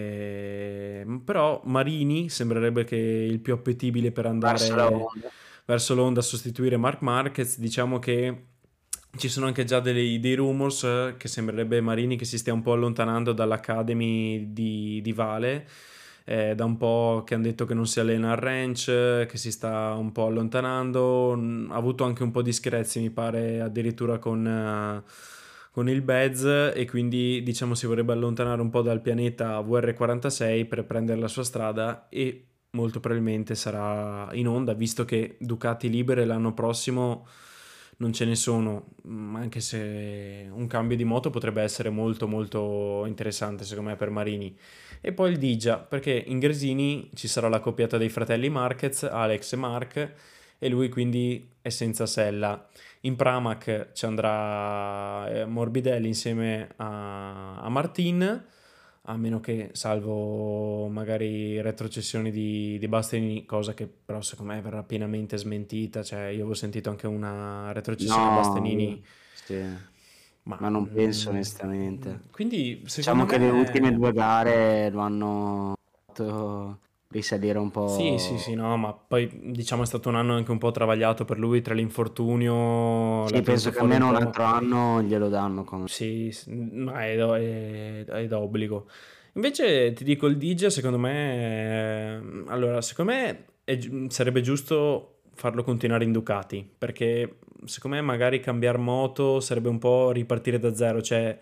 [SPEAKER 1] Eh, però Marini sembrerebbe che il più appetibile per
[SPEAKER 3] Verso la
[SPEAKER 1] andare
[SPEAKER 3] Honda.
[SPEAKER 1] verso l'Honda a sostituire Marc Marquez. Diciamo che ci sono anche già dei, dei rumors eh, che sembrerebbe Marini che si stia un po' allontanando dall'Academy di, di Vale. Eh, da un po' che hanno detto che non si allena al ranch, eh, che si sta un po' allontanando. Mm, Ha avuto anche un po' di screzi, mi pare, addirittura con, eh, con il Bez, e quindi diciamo si vorrebbe allontanare un po' dal pianeta V R quarantasei per prendere la sua strada e molto probabilmente sarà in Honda, visto che Ducati libere l'anno prossimo non ce ne sono, mm, anche se un cambio di moto potrebbe essere molto molto interessante secondo me per Marini. E poi il Digia, perché in Gresini ci sarà la coppiata dei fratelli Marquez, Alex e Mark, e lui quindi è senza sella. In Pramac ci andrà eh, Morbidelli insieme a, a Martin, a meno che salvo magari retrocessioni di, di Bastianini, cosa che però secondo me verrà pienamente smentita, cioè io avevo sentito anche una retrocessione a
[SPEAKER 3] No, io-
[SPEAKER 1] Bastianini,
[SPEAKER 3] sì,
[SPEAKER 1] ma
[SPEAKER 3] ma non penso
[SPEAKER 1] mm,
[SPEAKER 3] onestamente.
[SPEAKER 1] quindi
[SPEAKER 3] Diciamo
[SPEAKER 1] secondo
[SPEAKER 3] che le ultime
[SPEAKER 1] me
[SPEAKER 3] due gare lo hanno fatto risalire un
[SPEAKER 1] sì, sì, sì,
[SPEAKER 3] po'.
[SPEAKER 1] no, ma poi diciamo è stato un anno anche un po' travagliato per lui tra l'infortunio, l'ha
[SPEAKER 3] Sì, penso
[SPEAKER 1] tenuto
[SPEAKER 3] che
[SPEAKER 1] fuori un
[SPEAKER 3] almeno un
[SPEAKER 1] po'.
[SPEAKER 3] altro anno glielo danno come.
[SPEAKER 1] Sì, s- ma è, do- è- è d'obbligo. Invece ti dico il D J, secondo me, eh, allora, secondo me è gi- sarebbe giusto farlo continuare in Ducati, perché secondo me magari cambiare moto sarebbe un po' ripartire da zero, cioè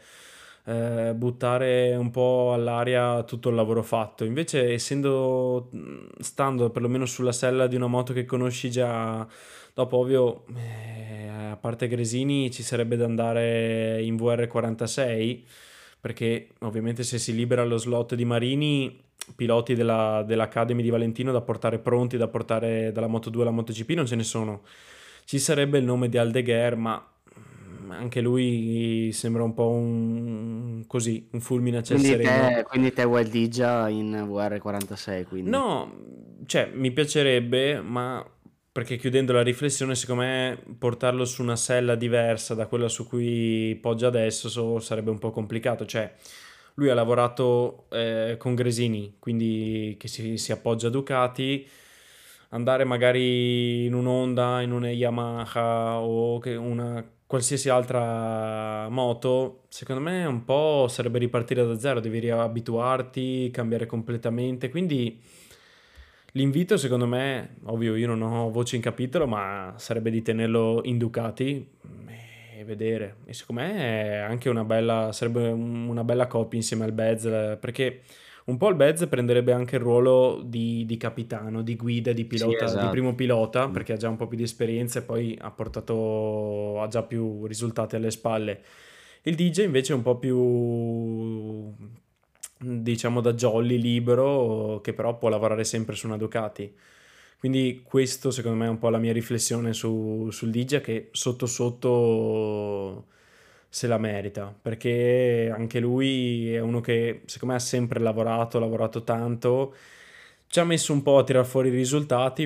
[SPEAKER 1] eh, buttare un po' all'aria tutto il lavoro fatto. Invece, essendo, stando perlomeno sulla sella di una moto che conosci già. Dopo, ovvio, eh, a parte Gresini, ci sarebbe da andare in V R quarantasei, perché ovviamente se si libera lo slot di Marini, piloti della, dell'Academy di Valentino da portare pronti, da portare dalla Moto due alla MotoGP non ce ne sono. Ci sarebbe il nome di Aldeguer, ma mm, anche lui sembra un po' un, così, un fulmine a ciel
[SPEAKER 3] Quindi
[SPEAKER 1] sereno.
[SPEAKER 3] te, quindi te vuoi il Digia in V R quarantasei, quindi.
[SPEAKER 1] No, cioè mi piacerebbe, ma perché chiudendo la riflessione, secondo me portarlo su una sella diversa da quella su cui poggia adesso so- sarebbe un po' complicato. Cioè, lui ha lavorato eh, con Gresini, quindi che si, si appoggia a Ducati, andare magari in un'Honda, in una Yamaha o che una qualsiasi altra moto, secondo me un po' sarebbe ripartire da zero, devi riabituarti, cambiare completamente, quindi l'invito secondo me, ovvio io non ho voce in capitolo, ma sarebbe di tenerlo in Ducati e vedere. E secondo me è anche una bella, sarebbe un- una bella coppia insieme al Bez, eh, perché un po' il Bez prenderebbe anche il ruolo di, di capitano, di guida, di
[SPEAKER 3] Sì,
[SPEAKER 1] pilota, di
[SPEAKER 3] esatto.
[SPEAKER 1] primo pilota,
[SPEAKER 3] Mm.
[SPEAKER 1] perché ha già un po' più di esperienza e poi ha portato, ha già più risultati alle spalle. Il D J invece è un po' più, diciamo, da jolly, libero, che però può lavorare sempre su una Ducati. Quindi questo secondo me è un po' la mia riflessione su, sul D J, che sotto sotto se la merita, perché anche lui è uno che secondo me ha sempre lavorato, ha lavorato tanto, ci ha messo un po' a tirar fuori i risultati,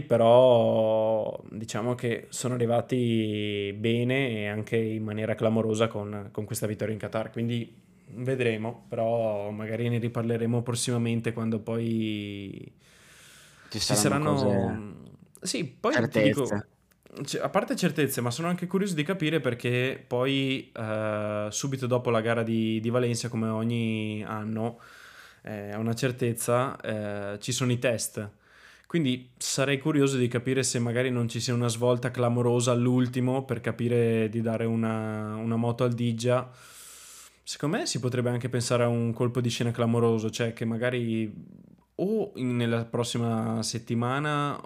[SPEAKER 1] però diciamo che sono arrivati bene e anche in maniera clamorosa con, con questa vittoria in Qatar, quindi vedremo, però magari ne riparleremo prossimamente quando poi
[SPEAKER 3] Ci
[SPEAKER 1] ci
[SPEAKER 3] saranno cose,
[SPEAKER 1] saranno. Sì, poi ti
[SPEAKER 3] certezze.
[SPEAKER 1] dico, c- a parte certezze, ma sono anche curioso di capire perché poi eh, subito dopo la gara di, di Valencia, come ogni anno, eh, è una certezza, eh, ci sono i test. Quindi sarei curioso di capire se magari non ci sia una svolta clamorosa all'ultimo per capire di dare una, una moto al Digia. Secondo me si potrebbe anche pensare a un colpo di scena clamoroso, cioè che magari o in- nella prossima settimana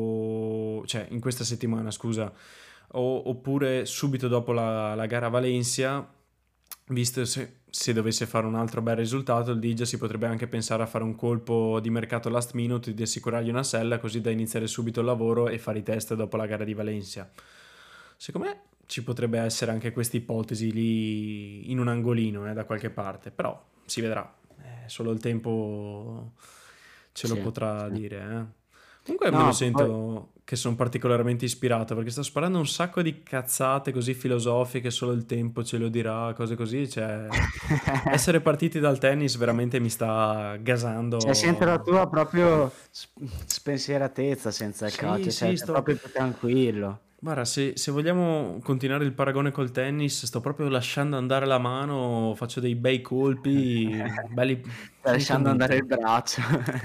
[SPEAKER 1] o cioè in questa settimana, scusa, o- oppure subito dopo la, la gara a Valencia, visto se, se dovesse fare un altro bel risultato, il Digia si potrebbe anche pensare a fare un colpo di mercato last minute, di assicurargli una sella così da iniziare subito il lavoro e fare i test dopo la gara di Valencia. Secondo me ci potrebbe essere anche questa ipotesi lì in un angolino, eh, da qualche parte, però si vedrà. Eh, solo il tempo ce lo
[SPEAKER 3] Sì,
[SPEAKER 1] potrà
[SPEAKER 3] sì.
[SPEAKER 1] dire, eh. Comunque me lo
[SPEAKER 3] No, poi...
[SPEAKER 1] sento che sono particolarmente ispirato perché sto sparando un sacco di cazzate così filosofiche, solo il tempo ce lo dirà, cose così, cioè essere partiti dal tennis veramente mi sta
[SPEAKER 3] Cioè, sento la
[SPEAKER 1] gasando.
[SPEAKER 3] tua proprio sp- spensieratezza senza il
[SPEAKER 1] Sì,
[SPEAKER 3] calcio, cioè,
[SPEAKER 1] sì,
[SPEAKER 3] sei
[SPEAKER 1] sto.
[SPEAKER 3] proprio più tranquillo.
[SPEAKER 1] Guarda, se, se vogliamo continuare il paragone col tennis, sto proprio lasciando andare la mano, faccio dei bei colpi, belli
[SPEAKER 3] Stai lasciando andare il
[SPEAKER 1] tranquillamente.
[SPEAKER 3] braccio.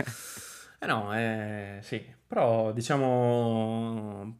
[SPEAKER 1] Eh no, eh, sì, però diciamo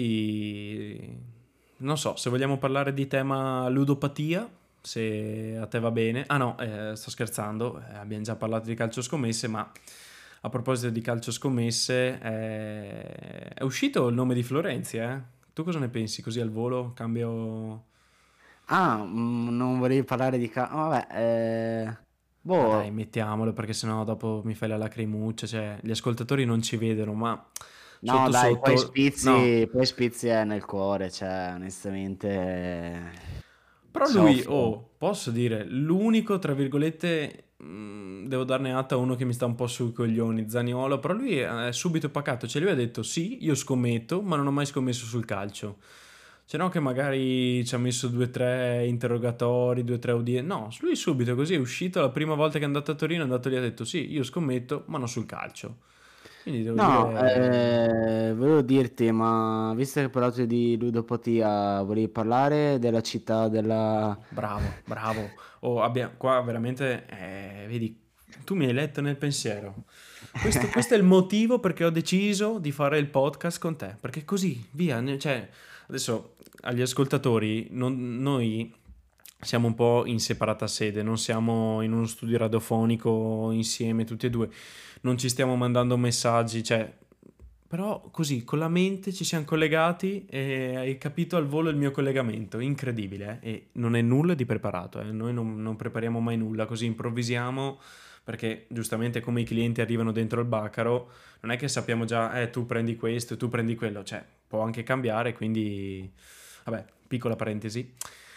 [SPEAKER 1] poi non so, se vogliamo parlare di tema ludopatia, se a te va bene. Ah no, eh, sto scherzando, eh, abbiamo già parlato di calcio scommesse, ma a proposito di calcio scommesse, eh, è uscito il nome di Florenzi, eh? Tu cosa ne pensi? Così al volo, cambio.
[SPEAKER 3] Ah, mm, non volevi parlare di calcio? Vabbè, eh,
[SPEAKER 1] Ma dai,
[SPEAKER 3] boh,
[SPEAKER 1] mettiamolo perché sennò dopo mi fai la lacrimuccia, cioè gli ascoltatori non ci vedono, ma
[SPEAKER 3] no,
[SPEAKER 1] sotto
[SPEAKER 3] dai, poi
[SPEAKER 1] sotto, no.
[SPEAKER 3] Spizi, poi Spizi è nel cuore, cioè, onestamente, eh,
[SPEAKER 1] Però lui,
[SPEAKER 3] soffro.
[SPEAKER 1] oh, posso dire, l'unico, tra virgolette, mh, devo darne atto a uno che mi sta un po' sui coglioni, Zaniolo, però lui è subito pacato, cioè lui ha detto sì, io scommetto, ma non ho mai scommesso sul calcio. Cioè no che magari ci ha messo due o tre interrogatori, due o tre udienze, no, lui subito così è uscito, la prima volta che è andato a Torino è andato lì e ha detto sì, io scommetto, ma non sul calcio. Quindi devo
[SPEAKER 3] No,
[SPEAKER 1] dire.
[SPEAKER 3] eh, volevo dirti, ma visto che hai parlato di ludopatia, volevi parlare della città della...
[SPEAKER 1] Bravo, bravo. Oh, abbia- qua veramente, eh, vedi, tu mi hai letto nel pensiero. Questo, questo è il motivo perché ho deciso di fare il podcast con te, perché così, via, ne- cioè, adesso agli ascoltatori, non- noi siamo un po' in separata sede, non siamo in uno studio radiofonico insieme tutti e due, non ci stiamo mandando messaggi, cioè, però così, con la mente ci siamo collegati e hai capito al volo il mio collegamento, incredibile, eh? E non è nulla di preparato, eh? Noi non, non prepariamo mai nulla, così improvvisiamo, perché giustamente come i clienti arrivano dentro il baccaro, non è che sappiamo già, eh, tu prendi questo, tu prendi quello, cioè, può anche cambiare, quindi, vabbè, piccola parentesi.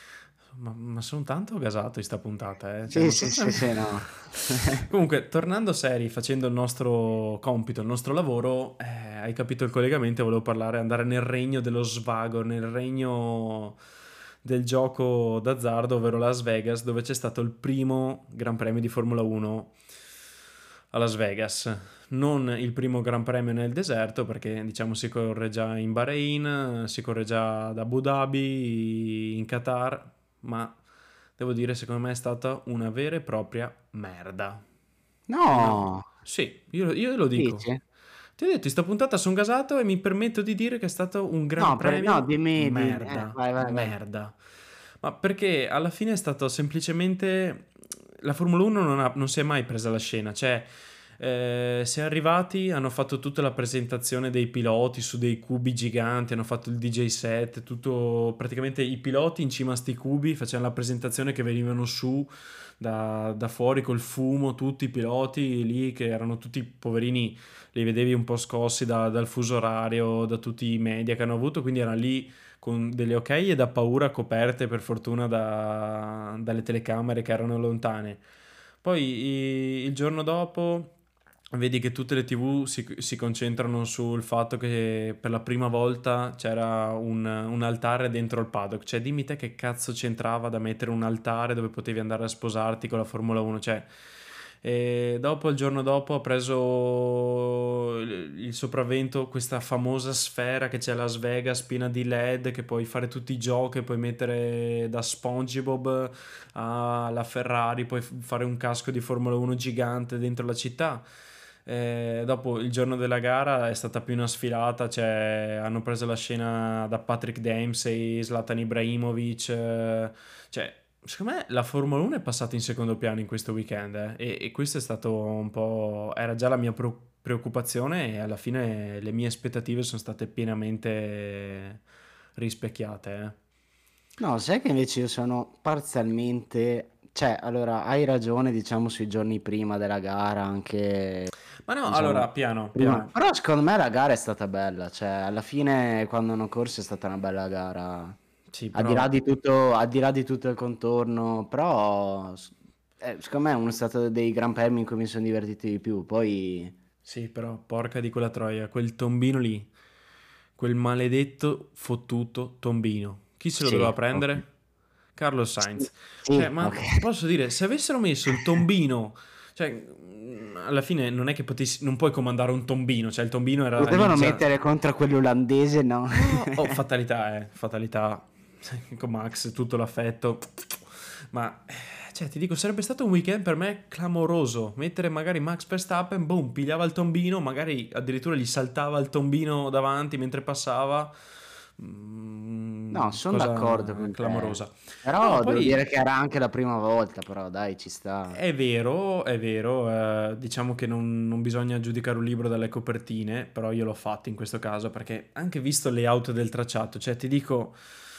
[SPEAKER 1] Ma, ma sono tanto gasato in sta puntata, eh. Cioè,
[SPEAKER 3] Sì,
[SPEAKER 1] non
[SPEAKER 3] sì,
[SPEAKER 1] so
[SPEAKER 3] sì,
[SPEAKER 1] se...
[SPEAKER 3] sì, no.
[SPEAKER 1] Comunque, tornando seri, facendo il nostro compito, il nostro lavoro, eh, hai capito il collegamento, volevo parlare, andare nel regno dello svago, nel regno del gioco d'azzardo, ovvero Las Vegas, dove c'è stato il primo Gran Premio di Formula uno a Las Vegas. Non il primo Gran Premio nel deserto, perché diciamo si corre già in Bahrain, si corre già ad Abu Dhabi, in Qatar, ma devo dire, secondo me è stata una vera e propria merda. Una...
[SPEAKER 3] No,
[SPEAKER 1] Sì, io, io lo dico.
[SPEAKER 3] dici?
[SPEAKER 1] Ti ho detto, in sta puntata sono gasato e mi permetto di dire che è stato un Gran
[SPEAKER 3] No, per- no,
[SPEAKER 1] Premio
[SPEAKER 3] dimmi, dimmi. Eh,
[SPEAKER 1] merda,
[SPEAKER 3] vai, vai, vai.
[SPEAKER 1] merda. Ma perché alla fine è stato semplicemente... La Formula uno non, ha- non si è mai presa la scena, cioè eh, si è arrivati, hanno fatto tutta la presentazione dei piloti su dei cubi giganti, hanno fatto il D J set, tutto, praticamente i piloti in cima a sti cubi facevano la presentazione che venivano su da, da fuori col fumo, tutti i piloti lì che erano tutti poverini, li vedevi un po' scossi da- dal fuso orario, da tutti i media che hanno avuto, quindi erano lì con delle occhiaie da paura coperte per fortuna da- dalle telecamere che erano lontane. Poi i- il giorno dopo vedi che tutte le T V si, si concentrano sul fatto che per la prima volta c'era un, un altare dentro il paddock. Cioè, dimmi te che cazzo c'entrava da mettere un altare dove potevi andare a sposarti con la Formula uno. Cioè, e dopo, il giorno dopo, ha preso il, il sopravvento questa famosa sfera che c'è a Las Vegas piena di L E D che puoi fare tutti i giochi, puoi mettere da SpongeBob alla Ferrari, puoi f- fare un casco di Formula uno gigante dentro la città. Eh, dopo il giorno della gara è stata più una sfilata, cioè hanno preso la scena da Patrick Dempsey, Zlatan Ibrahimovic, eh, cioè secondo me la Formula uno è passata in secondo piano in questo weekend, eh, e, e questo è stato un po', era già la mia pro- preoccupazione e alla fine le mie aspettative sono state pienamente rispecchiate, eh.
[SPEAKER 3] No, sai che invece io sono parzialmente... Cioè, allora, hai ragione, diciamo, sui giorni prima della gara, anche,
[SPEAKER 1] Ma no, allora,
[SPEAKER 3] diciamo,
[SPEAKER 1] piano,
[SPEAKER 3] prima...
[SPEAKER 1] piano.
[SPEAKER 3] Però secondo me la gara è stata bella, cioè, alla fine, quando hanno corso è stata una bella gara.
[SPEAKER 1] Sì,
[SPEAKER 3] Al di là
[SPEAKER 1] però
[SPEAKER 3] di tutto, al di là di tutto il contorno, però, s- eh, secondo me è uno stato dei gran premi in cui mi sono divertito di più. Poi,
[SPEAKER 1] Sì, però porca di quella troia, quel tombino lì, quel maledetto fottuto tombino. Chi se lo
[SPEAKER 3] sì,
[SPEAKER 1] doveva
[SPEAKER 3] ok.
[SPEAKER 1] prendere? Carlos
[SPEAKER 3] Sì,
[SPEAKER 1] Sainz. Cioè,
[SPEAKER 3] sì,
[SPEAKER 1] ma
[SPEAKER 3] ok.
[SPEAKER 1] posso dire, se avessero messo il tombino, cioè, mm, alla fine non è che potessi, non puoi comandare un tombino, cioè il tombino era lì
[SPEAKER 3] Potevano
[SPEAKER 1] già...
[SPEAKER 3] mettere contro quell'olandese, no?
[SPEAKER 1] Oh, oh, fatalità, eh, fatalità. Con Max, tutto l'affetto. Ma, eh, cioè, ti dico, sarebbe stato un weekend per me clamoroso. Mettere magari Max Verstappen, boom, pigliava il tombino, magari addirittura gli saltava il tombino davanti mentre passava.
[SPEAKER 3] No,
[SPEAKER 1] Mm,
[SPEAKER 3] sono d'accordo
[SPEAKER 1] cosa
[SPEAKER 3] con te.
[SPEAKER 1] clamorosa. No,
[SPEAKER 3] Però devo dire
[SPEAKER 1] poi
[SPEAKER 3] che era anche la prima volta, però dai, ci sta.
[SPEAKER 1] è vero, è vero, eh, diciamo che non, non bisogna giudicare un libro dalle copertine, però io l'ho fatto in questo caso perché anche visto le auto del tracciato, cioè ti dico...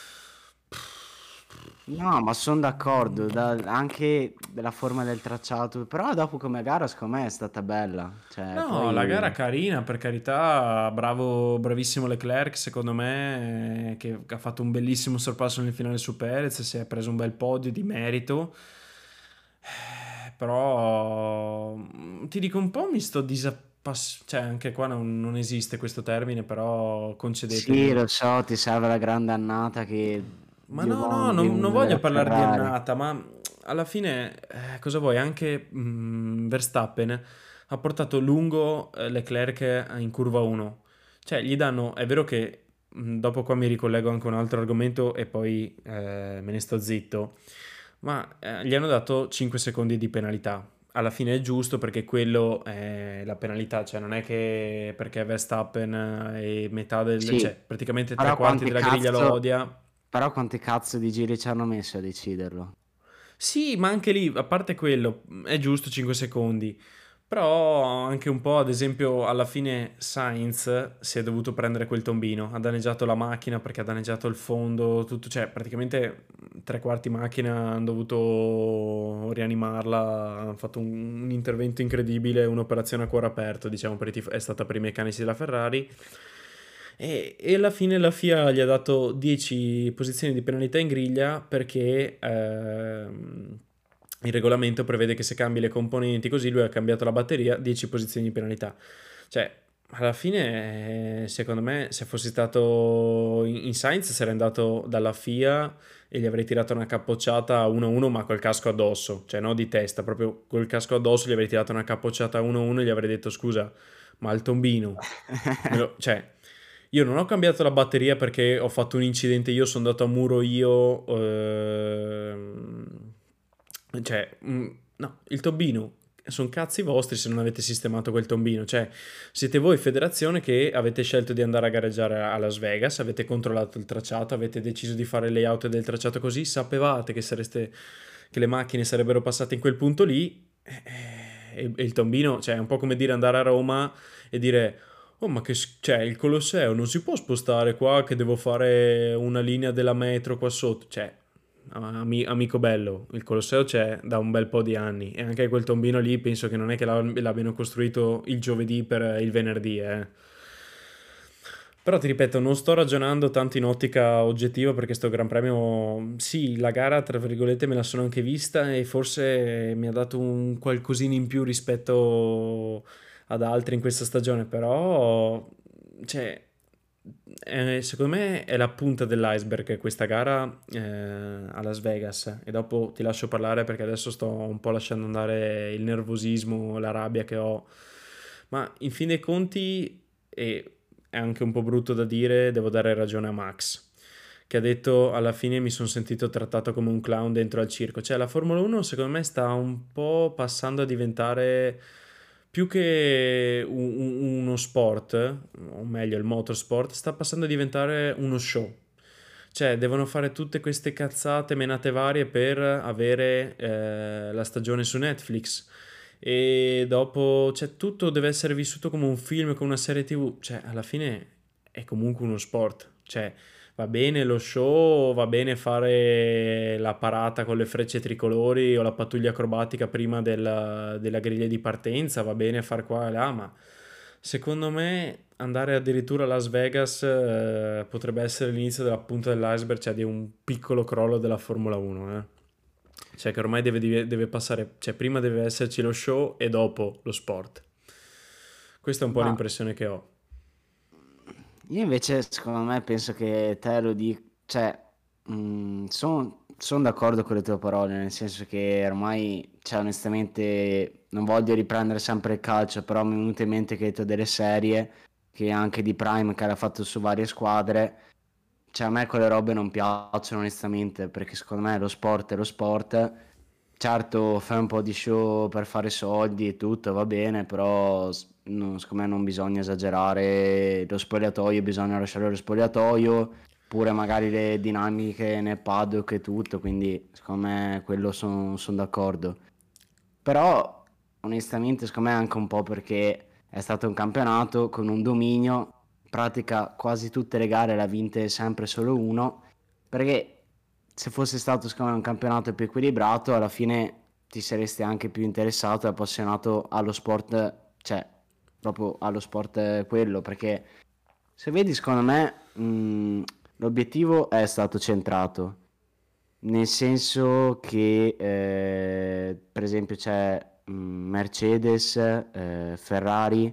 [SPEAKER 3] No, ma sono d'accordo, da- anche della forma del tracciato, però dopo come gara secondo me è stata bella, cioè
[SPEAKER 1] No, la gara
[SPEAKER 3] poi
[SPEAKER 1] carina, per carità, bravo, bravissimo Leclerc, secondo me, eh, che ha fatto un bellissimo sorpasso nel finale su Perez, si è preso un bel podio di merito. Eh, Però mm, ti dico un po' mi sto disappass... cioè anche qua non, non esiste questo termine, però
[SPEAKER 3] sì,
[SPEAKER 1] concedetemi.
[SPEAKER 3] lo so, ti serve la grande annata che
[SPEAKER 1] Ma
[SPEAKER 3] Dio
[SPEAKER 1] no, no,
[SPEAKER 3] buono di,
[SPEAKER 1] non, non
[SPEAKER 3] un-
[SPEAKER 1] voglio
[SPEAKER 3] della
[SPEAKER 1] parlare di
[SPEAKER 3] Ferrari.
[SPEAKER 1] annata, ma alla fine, eh, cosa vuoi? Anche mm, Verstappen ha portato lungo eh, Leclerc in curva uno. Cioè, gli danno, è vero che mm, dopo qua mi ricollego anche a un altro argomento e poi eh, me ne sto zitto, ma eh, gli hanno dato cinque secondi di penalità. Alla fine è giusto perché quello è la penalità, cioè non è che perché Verstappen è metà del,
[SPEAKER 3] Sì,
[SPEAKER 1] cioè praticamente tre
[SPEAKER 3] però
[SPEAKER 1] quarti
[SPEAKER 3] quanti
[SPEAKER 1] della griglia lo
[SPEAKER 3] cazzo,
[SPEAKER 1] odia.
[SPEAKER 3] però quanti cazzo di giri ci hanno messo a deciderlo?
[SPEAKER 1] Sì, ma anche lì, a parte quello, è giusto cinque secondi, però anche un po', ad esempio, alla fine Sainz si è dovuto prendere quel tombino, ha danneggiato la macchina perché ha danneggiato il fondo, tutto, cioè praticamente tre quarti macchina hanno dovuto rianimarla, hanno fatto un, un intervento incredibile, un'operazione a cuore aperto, diciamo, per i tif- è stata per i meccanici della Ferrari. E, e alla fine la F I A gli ha dato dieci posizioni di penalità in griglia perché ehm, il regolamento prevede che se cambi le componenti così, lui ha cambiato la batteria, dieci posizioni di penalità. Cioè, alla fine, eh, secondo me, se fossi stato in, in Sainz sarei andato dalla F I A e gli avrei tirato una capocciata uno a uno ma col casco addosso, cioè no di testa, proprio col casco addosso gli avrei tirato una capocciata uno a uno e gli avrei detto scusa, ma il tombino, me lo- cioè io non ho cambiato la batteria perché ho fatto un incidente, io sono andato a muro io, ehm, cioè, mm, no, il tombino sono cazzi vostri se non avete sistemato quel tombino, cioè siete voi federazione che avete scelto di andare a gareggiare a Las Vegas, avete controllato il tracciato, avete deciso di fare il layout del tracciato così, sapevate che sareste, che le macchine sarebbero passate in quel punto lì e, e- e il tombino, cioè è un po' come dire andare a Roma e dire oh ma che s- cioè il Colosseo non si può spostare qua che devo fare una linea della metro qua sotto, cioè ami- amico bello, il Colosseo c'è da un bel po' di anni e anche quel tombino lì penso che non è che l'ab- l'abbiano costruito il giovedì per il venerdì, eh. Però ti ripeto, non sto ragionando tanto in ottica oggettiva perché sto Gran Premio, sì, la gara tra virgolette me la sono anche vista e forse mi ha dato un qualcosina in più rispetto ad altri in questa stagione, però cioè, eh, secondo me è la punta dell'iceberg questa gara eh, a Las Vegas e dopo ti lascio parlare perché adesso sto un po' lasciando andare il nervosismo, la rabbia che ho, ma in fin dei conti e è anche un po' brutto da dire, devo dare ragione a Max che ha detto alla fine mi sono sentito trattato come un clown dentro al circo. Cioè la Formula uno secondo me sta un po' passando a diventare più che un- un- uno sport, o meglio il motorsport, sta passando a diventare uno show. Cioè devono fare tutte queste cazzate, menate varie per avere eh, la stagione su Netflix. E dopo, cioè, tutto deve essere vissuto come un film, come una serie T V. Cioè, alla fine è comunque uno sport. Cioè, va bene lo show, va bene fare la parata con le frecce tricolori o la pattuglia acrobatica prima della, della griglia di partenza, va bene far qua e là, ma secondo me andare addirittura a Las Vegas eh, potrebbe essere l'inizio della punta dell'iceberg, cioè di un piccolo crollo della Formula uno, eh. Cioè che ormai deve, deve deve passare, cioè prima deve esserci lo show e dopo lo sport. Questa è un po'
[SPEAKER 3] Ma
[SPEAKER 1] l'impressione che ho.
[SPEAKER 3] io invece, secondo me, penso che te lo dici, cioè, sono d'accordo con le tue parole, nel senso che ormai, cioè, onestamente, non voglio riprendere sempre il calcio, però mi è venuto in mente che hai detto delle serie, che anche di Prime, che era fatto su varie squadre, cioè, a me quelle robe non piacciono, onestamente, perché secondo me lo sport è lo sport. Certo, fai un po' di show per fare soldi e tutto, va bene, però s- non- secondo me non bisogna esagerare lo spogliatoio, bisogna lasciare lo spogliatoio, pure magari le dinamiche nel paddock e tutto, quindi secondo me quello sono d'accordo. Però onestamente secondo me anche un po' perché è stato un campionato con un dominio, in pratica quasi tutte le gare le ha vinte sempre solo uno, perché se fosse stato secondo me un campionato più equilibrato, alla fine ti saresti anche più interessato e appassionato allo sport, cioè proprio allo sport eh, quello, perché se vedi secondo me mh, l'obiettivo è stato centrato, nel senso che eh, per esempio c'è mh, Mercedes, eh, Ferrari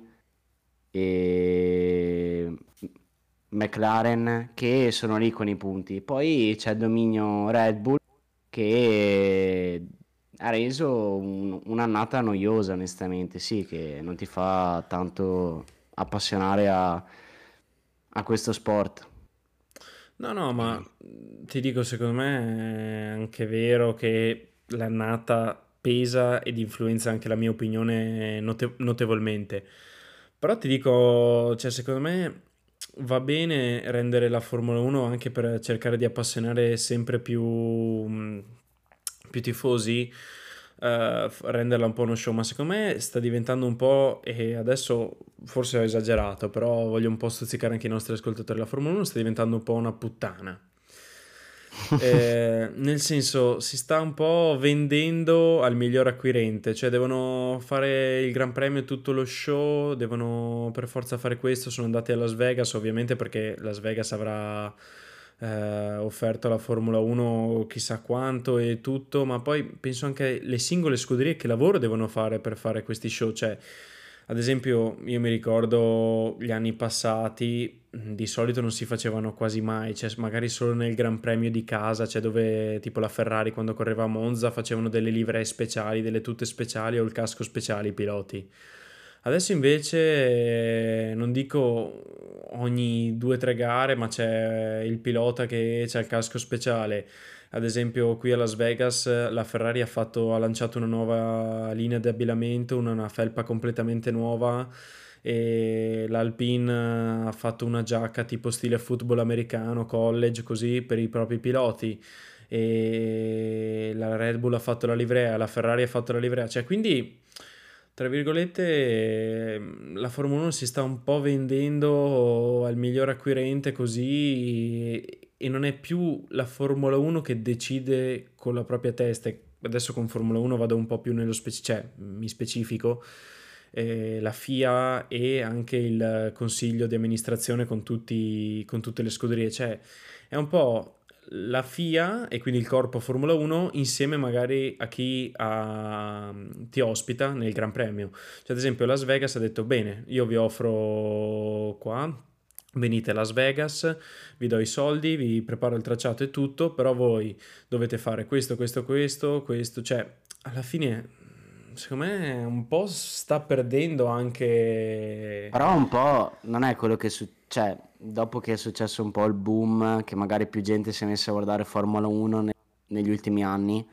[SPEAKER 3] e McLaren che sono lì con i punti. Poi c'è il dominio Red Bull che ha reso un- un'annata noiosa, onestamente, sì, che non ti fa tanto appassionare a, a questo sport.
[SPEAKER 1] No, no, ma mh, ti dico, secondo me è anche vero che l'annata pesa ed influenza anche la mia opinione note- notevolmente. Però ti dico, cioè, secondo me va bene rendere la Formula uno anche per cercare di appassionare sempre più, mh, più tifosi, eh, f- renderla un po' uno show, ma secondo me sta diventando un po', e adesso forse ho esagerato, però voglio un po' stuzzicare anche i nostri ascoltatori, la Formula uno sta diventando un po' una puttana. Eh, nel senso, si sta un po' vendendo al miglior acquirente, cioè devono fare il Gran Premio, tutto lo show, devono per forza fare questo, sono andati a Las Vegas, ovviamente perché Las Vegas avrà eh, offerto alla Formula uno chissà quanto e tutto, ma poi penso anche le singole scuderie che lavoro devono fare per fare questi show, cioè ad esempio, io mi ricordo gli anni passati, mh, di solito non si facevano quasi mai, cioè magari solo nel Gran Premio di casa, cioè dove tipo la Ferrari quando correva a Monza facevano delle livree speciali, delle tute speciali o il casco speciali i piloti. Adesso invece eh, non dico ogni due o tre gare, ma c'è il pilota che c'ha il casco speciale. Ad esempio, qui a Las Vegas eh, la Ferrari ha fatto- ha lanciato una nuova linea di abbigliamento, una, una felpa completamente nuova e l'Alpine eh, ha fatto una giacca tipo stile football americano, college, così per i propri piloti. E la Red Bull ha fatto la livrea, la Ferrari ha fatto la livrea, cioè quindi tra virgolette, ehm, la Formula uno si sta un po' vendendo al miglior acquirente così e non è più la Formula uno che decide con la propria testa. Adesso con Formula uno vado un po' più nello specifico, cioè mi specifico, eh, la F I A e anche il consiglio di amministrazione con tutti, con tutte le scuderie, cioè è un po' la F I A e quindi il corpo Formula uno insieme magari a chi ha- ti ospita nel Gran Premio. Cioè, ad esempio, Las Vegas ha detto: bene, io vi offro qua, venite a Las Vegas, vi do i soldi, vi preparo il tracciato e tutto, però voi dovete fare questo, questo, questo, questo. Cioè, alla fine, secondo me, un po' sta perdendo anche.
[SPEAKER 3] Però un po' non è quello che succede, cioè, dopo che è successo un po' il boom, che magari più gente si è messa a guardare Formula uno ne- negli ultimi anni,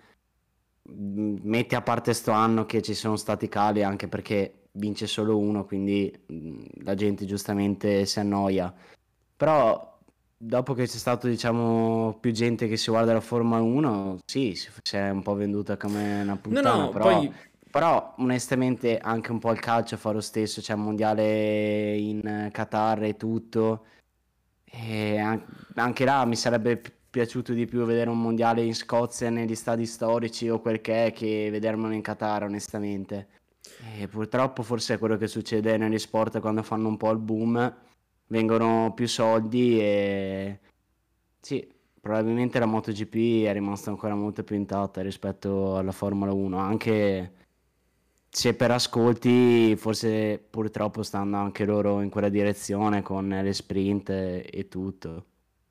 [SPEAKER 3] mh, metti a parte sto anno che ci sono stati cali anche perché vince solo uno, quindi mh, la gente giustamente si annoia. Però dopo che c'è stato, diciamo, più gente che si guarda la Formula uno, sì, si si è un po' venduta come una
[SPEAKER 1] No,
[SPEAKER 3] puttana,
[SPEAKER 1] no,
[SPEAKER 3] però,
[SPEAKER 1] poi.
[SPEAKER 3] però onestamente anche un po' il calcio fa lo stesso, c'è il mondiale in eh, Qatar e tutto, e an- anche là mi sarebbe pi- piaciuto di più vedere un mondiale in Scozia negli stadi storici o quel che è che vedermelo in Qatar, onestamente. E purtroppo forse è quello che succede negli sport quando fanno un po' il boom, vengono più soldi e sì, probabilmente la MotoGP è rimasta ancora molto più intatta rispetto alla Formula uno, anche se per ascolti forse purtroppo stanno anche loro in quella direzione con le sprint e, e tutto.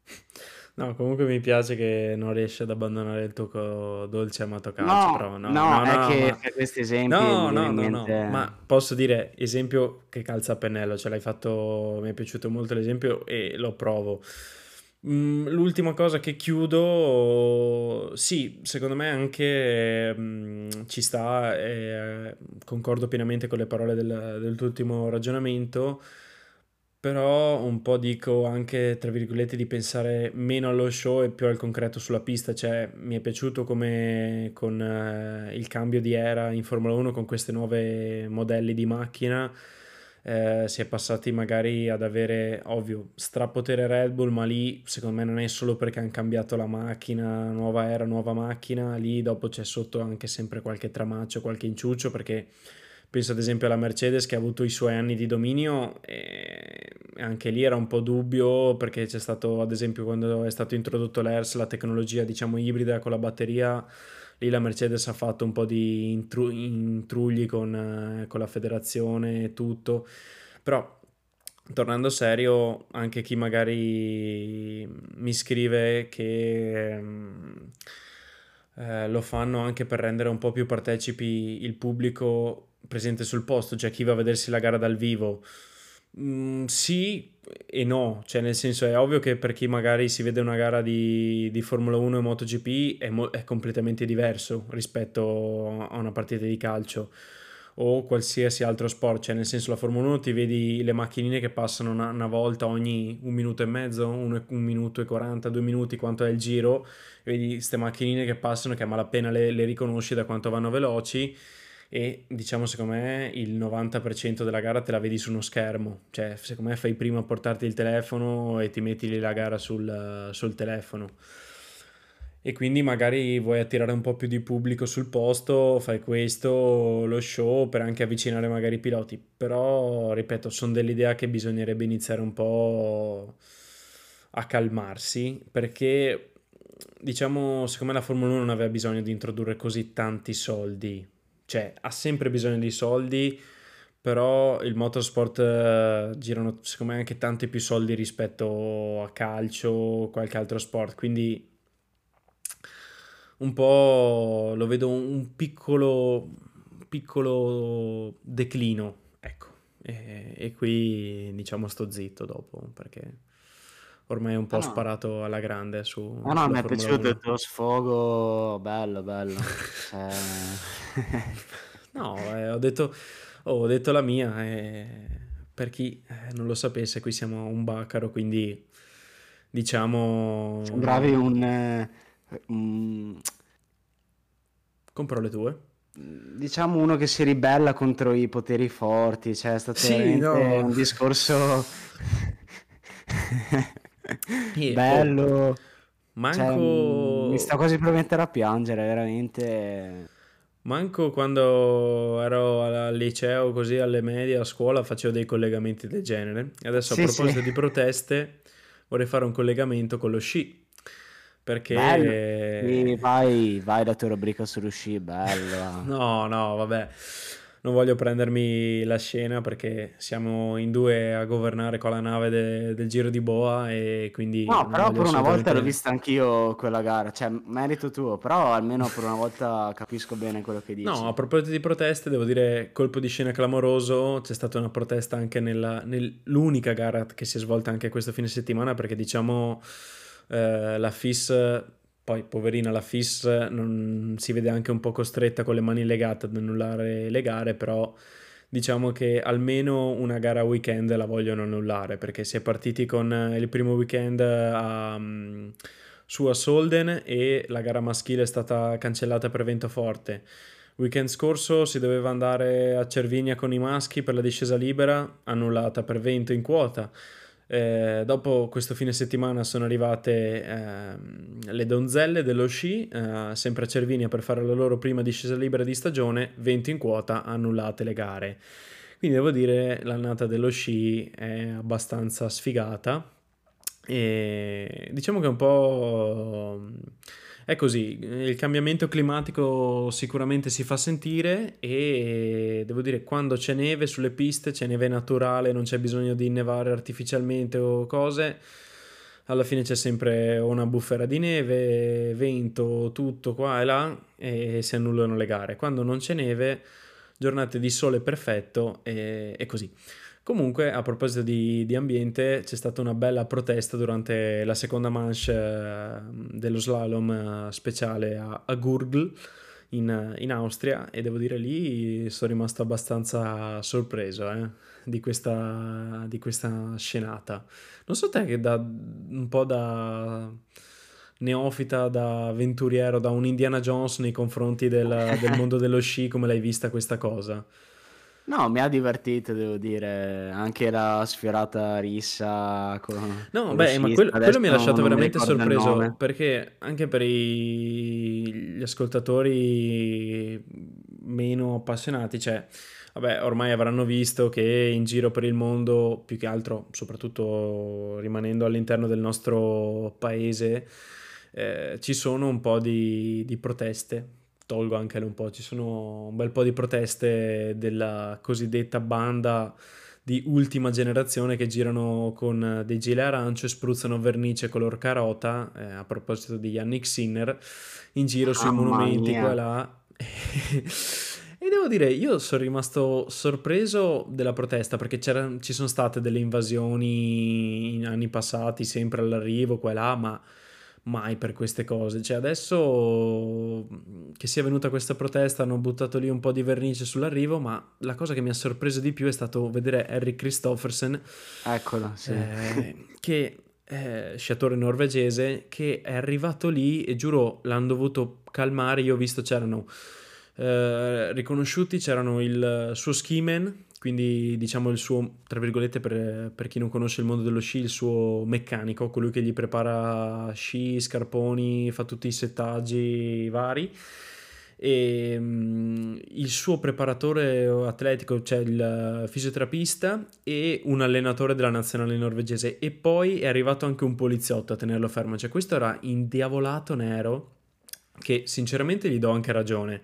[SPEAKER 1] No, comunque mi piace che non riesci ad abbandonare il tuo co- dolce e amato calcio,
[SPEAKER 3] No,
[SPEAKER 1] però no,
[SPEAKER 3] no,
[SPEAKER 1] no,
[SPEAKER 3] è
[SPEAKER 1] no,
[SPEAKER 3] che
[SPEAKER 1] ma.
[SPEAKER 3] per questi esempi mi
[SPEAKER 1] No,
[SPEAKER 3] viene
[SPEAKER 1] no,
[SPEAKER 3] in
[SPEAKER 1] no, no, ma
[SPEAKER 3] mente...
[SPEAKER 1] posso dire, esempio che calza a pennello, ce l'hai fatto, mi è piaciuto molto l'esempio e lo provo. Mm, l'ultima cosa che chiudo, sì, secondo me anche mm, ci sta, eh, concordo pienamente con le parole del, del tuo ultimo ragionamento, però un po' dico anche, tra virgolette, di pensare meno allo show e più al concreto sulla pista, cioè mi è piaciuto come con eh, il cambio di era in Formula uno con queste nuove modelli di macchina eh, si è passati magari ad avere, ovvio, strapotere Red Bull, ma lì secondo me non è solo perché hanno cambiato la macchina, nuova era, nuova macchina, lì dopo c'è sotto anche sempre qualche tramaccio, qualche inciuccio, perché penso ad esempio alla Mercedes che ha avuto i suoi anni di dominio e anche lì era un po' dubbio perché c'è stato ad esempio quando è stato introdotto l'E R S, la tecnologia diciamo ibrida con la batteria, lì la Mercedes ha fatto un po' di intru- intrugli con, eh, con la federazione e tutto, però tornando serio, anche chi magari mi scrive che mm, eh, lo fanno anche per rendere un po' più partecipi il pubblico presente sul posto, cioè chi va a vedersi la gara dal vivo. Mm, sì e no, cioè nel senso è ovvio che per chi magari si vede una gara di, di Formula uno e MotoGP è, mo- è completamente diverso rispetto a una partita di calcio o qualsiasi altro sport, cioè nel senso la Formula uno ti vedi le macchinine che passano una, una volta ogni un minuto e mezzo, un, un minuto e quaranta, due minuti, quanto è il giro, e vedi queste macchinine che passano che a malapena le, le riconosci da quanto vanno veloci e diciamo secondo me il novanta per cento della gara te la vedi su uno schermo, cioè secondo me fai prima a portarti il telefono e ti metti lì la gara sul, sul telefono. e quindi magari vuoi attirare un po' più di pubblico sul posto, fai questo, lo show per anche avvicinare magari i piloti. Però, ripeto, sono dell'idea che bisognerebbe iniziare un po' a calmarsi perché, diciamo, secondo me la Formula uno non aveva bisogno di introdurre così tanti soldi. Cioè, ha sempre bisogno di soldi, però il motorsport eh, girano secondo me anche tanti più soldi rispetto a calcio o qualche altro sport, quindi un po' lo vedo un piccolo, piccolo declino, ecco. E, e qui diciamo sto zitto dopo, perché ormai è un
[SPEAKER 3] Ah
[SPEAKER 1] po'
[SPEAKER 3] no,
[SPEAKER 1] sparato alla grande su-
[SPEAKER 3] ah no,
[SPEAKER 1] sulla
[SPEAKER 3] mi è
[SPEAKER 1] Formula
[SPEAKER 3] piaciuto il
[SPEAKER 1] uno.
[SPEAKER 3] tuo sfogo, bello, bello. Cioè...
[SPEAKER 1] No, eh, ho detto, oh, ho detto la mia, e per chi eh, non lo sapesse, qui siamo a un Baccaro, quindi
[SPEAKER 3] Sembravi
[SPEAKER 1] diciamo,
[SPEAKER 3] un, eh, un-
[SPEAKER 1] compro le tue.
[SPEAKER 3] diciamo uno che si ribella contro i poteri forti, cioè è stato
[SPEAKER 1] Sì,
[SPEAKER 3] veramente
[SPEAKER 1] no.
[SPEAKER 3] un discorso
[SPEAKER 1] E, oh,
[SPEAKER 3] bello, cioè mm, mi sta
[SPEAKER 1] manco,
[SPEAKER 3] quasi per mettere a piangere, veramente.
[SPEAKER 1] manco quando ero al liceo, così alle medie, a scuola, facevo dei collegamenti del genere. E adesso a
[SPEAKER 3] Sì, sì,
[SPEAKER 1] proposito di proteste, vorrei fare un collegamento con lo sci,
[SPEAKER 3] bello. Sì,
[SPEAKER 1] perché
[SPEAKER 3] vai, vai la tua rubrica sullo sci, bello.
[SPEAKER 1] no, no, vabbè, non voglio prendermi la scena perché siamo in due a governare con la nave de- del Giro di Boa e quindi
[SPEAKER 3] No,
[SPEAKER 1] non
[SPEAKER 3] però
[SPEAKER 1] voglio
[SPEAKER 3] per una volta l'ho
[SPEAKER 1] assolutamente...
[SPEAKER 3] vista anch'io quella gara, cioè merito tuo, però almeno per una volta capisco bene quello che
[SPEAKER 1] No, a
[SPEAKER 3] dici.
[SPEAKER 1] proposito di proteste, devo dire colpo di scena clamoroso, c'è stata una protesta anche nella, nell'unica gara che si è svolta anche questo fine settimana perché diciamo eh, la F I S, poi poverina la F I S non, si vede anche un po' costretta con le mani legate ad annullare le gare, però diciamo che almeno una gara a weekend la vogliono annullare perché si è partiti con eh, il primo weekend a, mm, su a Solden e la gara maschile è stata cancellata per vento forte. Weekend scorso si doveva andare a Cervinia con i maschi per la discesa libera, annullata per vento in quota. Eh, dopo questo fine settimana sono arrivate ehm, le donzelle dello sci, eh, sempre a Cervinia per fare la loro prima discesa libera di stagione, vento in quota, annullate le gare. Quindi devo dire l'annata dello sci è abbastanza sfigata e diciamo che un po' è così, il cambiamento climatico sicuramente si fa sentire e devo dire quando c'è neve sulle piste, c'è neve naturale, non c'è bisogno di innevare artificialmente o cose, alla fine c'è sempre una bufera di neve, vento, tutto qua e là e si annullano le gare. Quando non c'è neve, giornate di sole perfetto e, e così. Comunque, a proposito di, di ambiente, c'è stata una bella protesta durante la seconda manche eh, dello slalom eh, speciale a, a Gurgl in, in Austria e devo dire lì sono rimasto abbastanza sorpreso eh, di questa, di questa scenata. Non so te che da un po' da neofita, da avventuriero, da un Indiana Jones nei confronti del, del mondo dello sci, come l'hai vista questa cosa?
[SPEAKER 3] No, mi ha divertito, devo dire, anche la sfiorata rissa con,
[SPEAKER 1] No,
[SPEAKER 3] con lo
[SPEAKER 1] beh, ma
[SPEAKER 3] scista,
[SPEAKER 1] quello, quello
[SPEAKER 3] adesso
[SPEAKER 1] mi ha lasciato
[SPEAKER 3] non mi
[SPEAKER 1] veramente
[SPEAKER 3] ricordo il
[SPEAKER 1] sorpreso
[SPEAKER 3] nome.
[SPEAKER 1] perché anche per i- gli ascoltatori meno appassionati, cioè, vabbè, ormai avranno visto che in giro per il mondo, più che altro, soprattutto rimanendo all'interno del nostro paese, eh, ci sono un po' di, di proteste. Tolgo anche un po', ci sono un bel po' di proteste della cosiddetta banda di ultima generazione che girano con eh, dei gilet arancio e spruzzano vernice color carota, eh, a proposito di Yannick Sinner, in giro sui
[SPEAKER 3] Mamma
[SPEAKER 1] monumenti
[SPEAKER 3] mia.
[SPEAKER 1] qua e là. E devo dire, io sono rimasto sorpreso della protesta perché c'era- ci sono state delle invasioni in anni passati, sempre all'arrivo qua e là, ma mai per queste cose. Cioè, adesso che sia venuta questa protesta, hanno buttato lì un po' di vernice sull'arrivo, ma la cosa che mi ha sorpreso di più è stato vedere Henrik Kristoffersen,
[SPEAKER 3] Eccolo, sì.
[SPEAKER 1] eh, che è sciatore norvegese, che è arrivato lì e giuro l'hanno dovuto calmare. Io ho visto c'erano eh, riconosciuti, c'erano il suo skiman quindi diciamo il suo, tra virgolette, per, per chi non conosce il mondo dello sci, il suo meccanico, colui che gli prepara sci, scarponi, fa tutti i settaggi vari. E mm, il suo preparatore atletico, cioè il fisioterapista e un allenatore della nazionale norvegese, e poi è arrivato anche un poliziotto a tenerlo fermo, cioè questo era indiavolato nero, che sinceramente gli do anche ragione,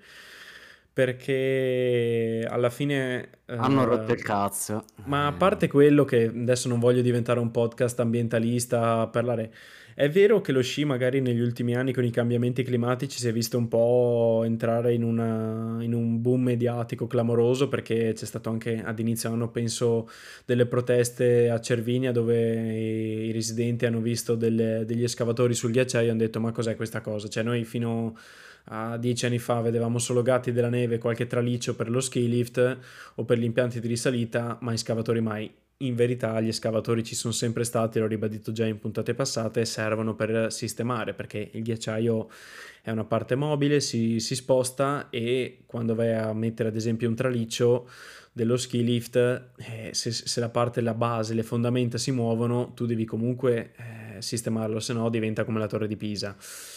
[SPEAKER 1] perché alla fine
[SPEAKER 3] Hanno rotto
[SPEAKER 1] eh,
[SPEAKER 3] il cazzo.
[SPEAKER 1] ma a
[SPEAKER 3] Eh,
[SPEAKER 1] parte quello, che adesso non voglio diventare un podcast ambientalista a parlare, è vero che lo sci magari negli ultimi anni con i cambiamenti climatici si è visto un po' entrare in, una- in un boom mediatico clamoroso, perché c'è stato anche ad inizio anno, penso, delle proteste a Cervinia dove i, i residenti hanno visto delle- degli escavatori sul ghiacciaio e hanno detto ma cos'è questa cosa? Cioè noi fino a dieci anni fa vedevamo solo gatti della neve, qualche traliccio per lo ski lift o per gli impianti di risalita, ma escavatori mai. In verità gli escavatori ci sono sempre stati, l'ho ribadito già in puntate passate, e servono per sistemare, perché il ghiacciaio è una parte mobile, si, si sposta, e quando vai a mettere ad esempio un traliccio dello ski lift, eh, se, se la parte, la base, le fondamenta si muovono, tu devi comunque eh, sistemarlo, se no diventa come la torre di Pisa.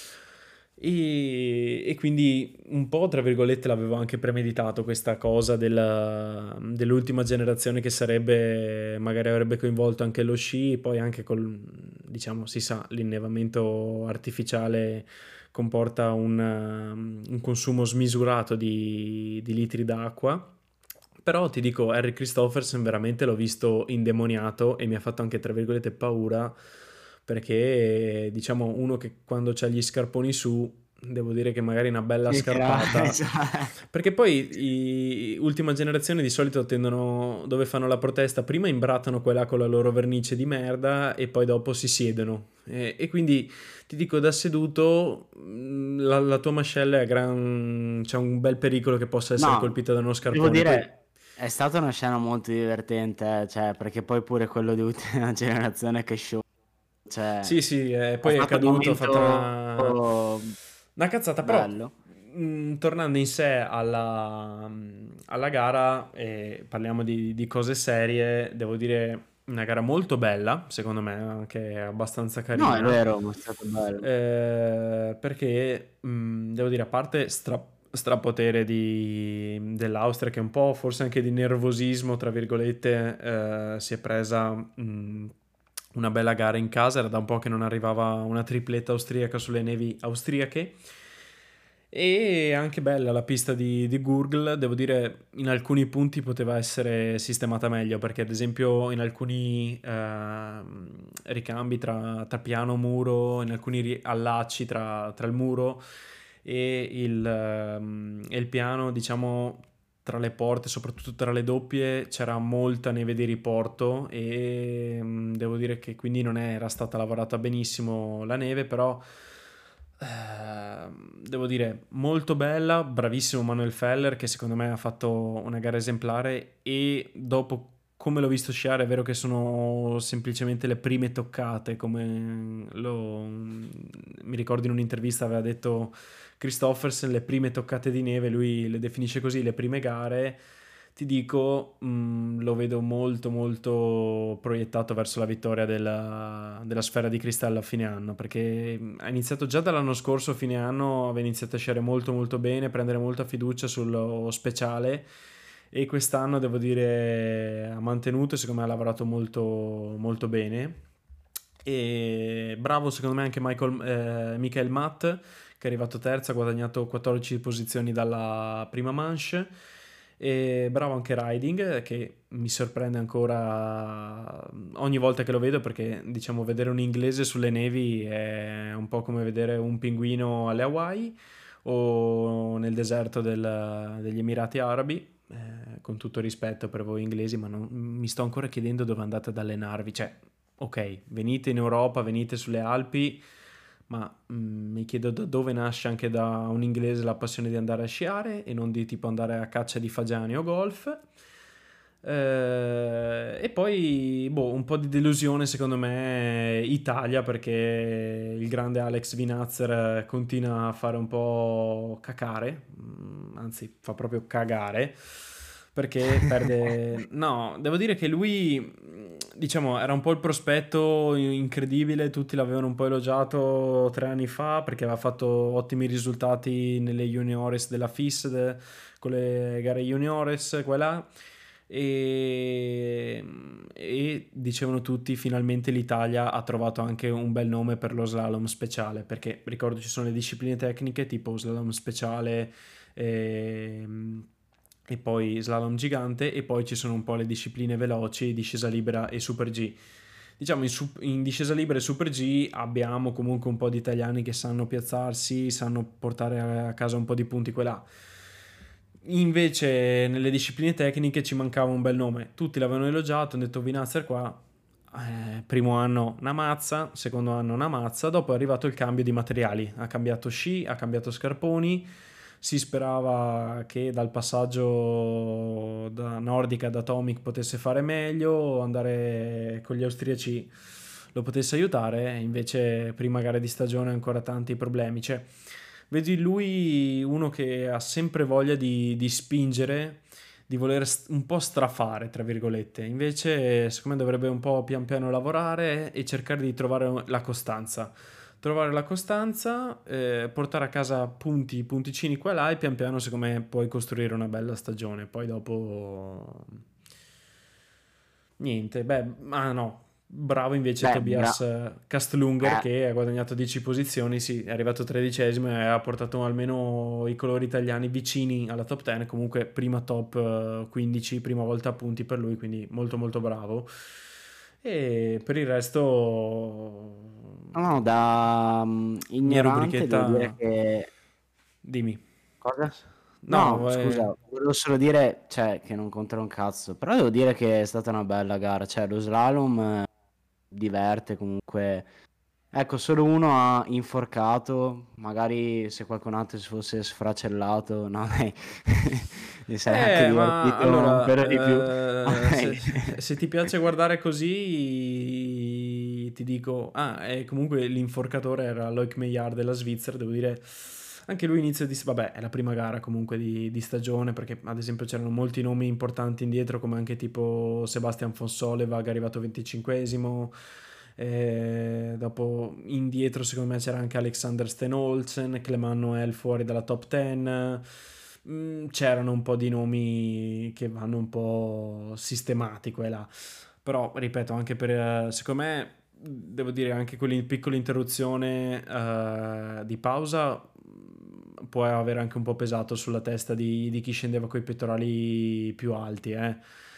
[SPEAKER 1] E, e quindi un po', tra virgolette, l'avevo anche premeditato questa cosa della- dell'ultima generazione, che sarebbe, magari avrebbe coinvolto anche lo sci, poi anche col, diciamo, si sa, l'innevamento artificiale comporta un, um, un consumo smisurato di, di litri d'acqua. Però ti dico, Harry Christophersen veramente l'ho visto indemoniato e mi ha fatto anche, tra virgolette, paura, perché diciamo uno che quando c'ha gli scarponi su, devo dire che magari una bella
[SPEAKER 3] sì, era-
[SPEAKER 1] scarpata,
[SPEAKER 3] cioè,
[SPEAKER 1] perché poi i ultima generazione di solito tendono, dove fanno la protesta, prima imbrattano quella con la loro vernice di merda e poi dopo si siedono, e, e quindi ti dico, da seduto mh, la, la tua mascella è a gran, c'è un bel pericolo che possa essere
[SPEAKER 3] No,
[SPEAKER 1] colpita da uno
[SPEAKER 3] devo
[SPEAKER 1] scarpone. Poi
[SPEAKER 3] dire, è stata una scena molto divertente, eh, cioè, perché poi pure quello di ultima generazione che show, cioè,
[SPEAKER 1] sì, sì, eh,
[SPEAKER 3] è
[SPEAKER 1] poi è
[SPEAKER 3] stato un
[SPEAKER 1] caduto, ha fatto una,
[SPEAKER 3] momento
[SPEAKER 1] una cazzata, però
[SPEAKER 3] bello.
[SPEAKER 1] mh, tornando in sé alla, alla gara, e parliamo di, di cose serie, devo dire una gara molto bella, secondo me, anche abbastanza
[SPEAKER 3] No, è
[SPEAKER 1] carina,
[SPEAKER 3] vero, ma è stato bello.
[SPEAKER 1] eh, perché mh, devo dire, a parte stra- strapotere di- dell'Austria, che un po' forse anche di nervosismo, tra virgolette, eh, si è presa mh, una bella gara in casa, era da un po' che non arrivava una tripletta austriaca sulle nevi austriache. E anche bella la pista di, di Gurgl, devo dire in alcuni punti poteva essere sistemata meglio, perché ad esempio in alcuni ehm, ricambi tra, tra piano e muro, in alcuni ri- allacci tra, tra il muro e il, ehm, e il piano, diciamo tra le porte, soprattutto tra le doppie, c'era molta neve di riporto, e mm, devo dire che quindi non era stata lavorata benissimo la neve, però Ehm, devo dire molto bella, bravissimo Manuel Feller, che secondo me ha fatto una gara esemplare, e dopo come l'ho visto sciare è vero che sono semplicemente le prime toccate, come lo, mi ricordo in un'intervista aveva detto Christoffersen, le prime toccate di neve, lui le definisce così, le prime gare. Ti dico, mh, lo vedo molto molto proiettato verso la vittoria della, della Sfera di Cristallo a fine anno, perché mh, ha iniziato già dall'anno scorso, a fine anno aveva iniziato a sciare molto molto bene, prendere molta fiducia sullo speciale, e quest'anno devo dire ha mantenuto, e secondo me ha lavorato molto molto bene. E bravo secondo me anche Michael, eh, Michael Matt, che è arrivato terzo, ha guadagnato quattordici posizioni dalla prima manche. E bravo anche Riding, che mi sorprende ancora ogni volta che lo vedo, perché diciamo vedere un inglese sulle nevi è un po' come vedere un pinguino alle Hawaii o nel deserto del- degli Emirati Arabi. Eh, con tutto rispetto per voi inglesi, ma non- mi sto ancora chiedendo dove andate ad allenarvi. Cioè, ok, venite in Europa, venite sulle Alpi, ma mm, mi chiedo da dove nasce anche da un inglese la passione di andare a sciare e non di tipo andare a caccia di fagiani o golf. Eh, e poi boh, un po' di delusione secondo me Italia, perché il grande Alex Vinazzer continua a fare un po' cacare, mm, anzi fa proprio cagare, perché perde... No, devo dire che lui, diciamo, era un po' il prospetto incredibile, tutti l'avevano un po' elogiato tre anni fa perché aveva fatto ottimi risultati nelle juniores della F I S, de- con le gare juniores, quella, e, e dicevano tutti finalmente l'Italia ha trovato anche un bel nome per lo slalom speciale, perché ricordo ci sono le discipline tecniche tipo slalom speciale e, e poi slalom gigante, e poi ci sono un po' le discipline veloci, discesa libera e super G. Diciamo in, su- in discesa libera e super G abbiamo comunque un po' di italiani che sanno piazzarsi, sanno portare a casa un po' di punti qua e là. Invece nelle discipline tecniche ci mancava un bel nome, tutti l'avevano elogiato, hanno detto Vinazzer qua, eh, primo anno una mazza, secondo anno una mazza, dopo è arrivato il cambio di materiali, ha cambiato sci, ha cambiato scarponi, si sperava che dal passaggio da Nordic ad Atomic potesse fare meglio, andare con gli austriaci lo potesse aiutare, invece prima gara di stagione ancora tanti problemi, cioè vedo in lui uno che ha sempre voglia di, di spingere, di voler st- un po' strafare, tra virgolette. Invece, secondo me, dovrebbe un po' pian piano lavorare e cercare di trovare la costanza. Trovare la costanza, eh, portare a casa punti, punticini qua e là, e pian piano, secondo me, puoi costruire una bella stagione. Poi dopo... Niente, beh, ah no, bravo invece
[SPEAKER 3] Beh, bra-
[SPEAKER 1] Tobias eh, Kastlunger
[SPEAKER 3] eh,
[SPEAKER 1] che ha guadagnato dieci posizioni, sì, è arrivato tredicesimo e ha portato almeno i colori italiani vicini alla top dieci, comunque prima top eh, quindici, prima volta a punti per lui, quindi molto molto bravo. E per il resto,
[SPEAKER 3] no, no, da mm,
[SPEAKER 1] mia
[SPEAKER 3] ignorante devo dire
[SPEAKER 1] rubrichetta,
[SPEAKER 3] che...
[SPEAKER 1] dimmi.
[SPEAKER 3] Cosa? No,
[SPEAKER 1] No, eh,
[SPEAKER 3] scusa, volevo solo dire, cioè, che non conterà un cazzo, però devo dire che è stata una bella gara, cioè, lo slalom eh, diverte comunque. Ecco, solo uno ha inforcato, magari se qualcun altro si fosse sfracellato, no, dai, mi sarei anche
[SPEAKER 1] Eh, ma
[SPEAKER 3] divertito ancora di più.
[SPEAKER 1] allora, eh, se,
[SPEAKER 3] Ok.
[SPEAKER 1] se ti piace guardare così, ti dico, ah, e comunque l'inforcatore era Loic Meillard della Svizzera, devo dire, anche lui inizia di... Vabbè, è la prima gara comunque di, di stagione, perché ad esempio c'erano molti nomi importanti indietro, come anche tipo Sebastian Fonsoleva, che è arrivato venticinquesimo, eh, dopo indietro secondo me c'era anche Alexander Stenolsen, Clément Noël fuori dalla top dieci. Mm, c'erano un po' di nomi che vanno un po' sistemati qua e là, però ripeto anche per eh, secondo me devo dire anche quella piccola interruzione eh, di pausa mm, può avere anche un po' pesato sulla testa di, di chi scendeva coi pettorali più alti, eh.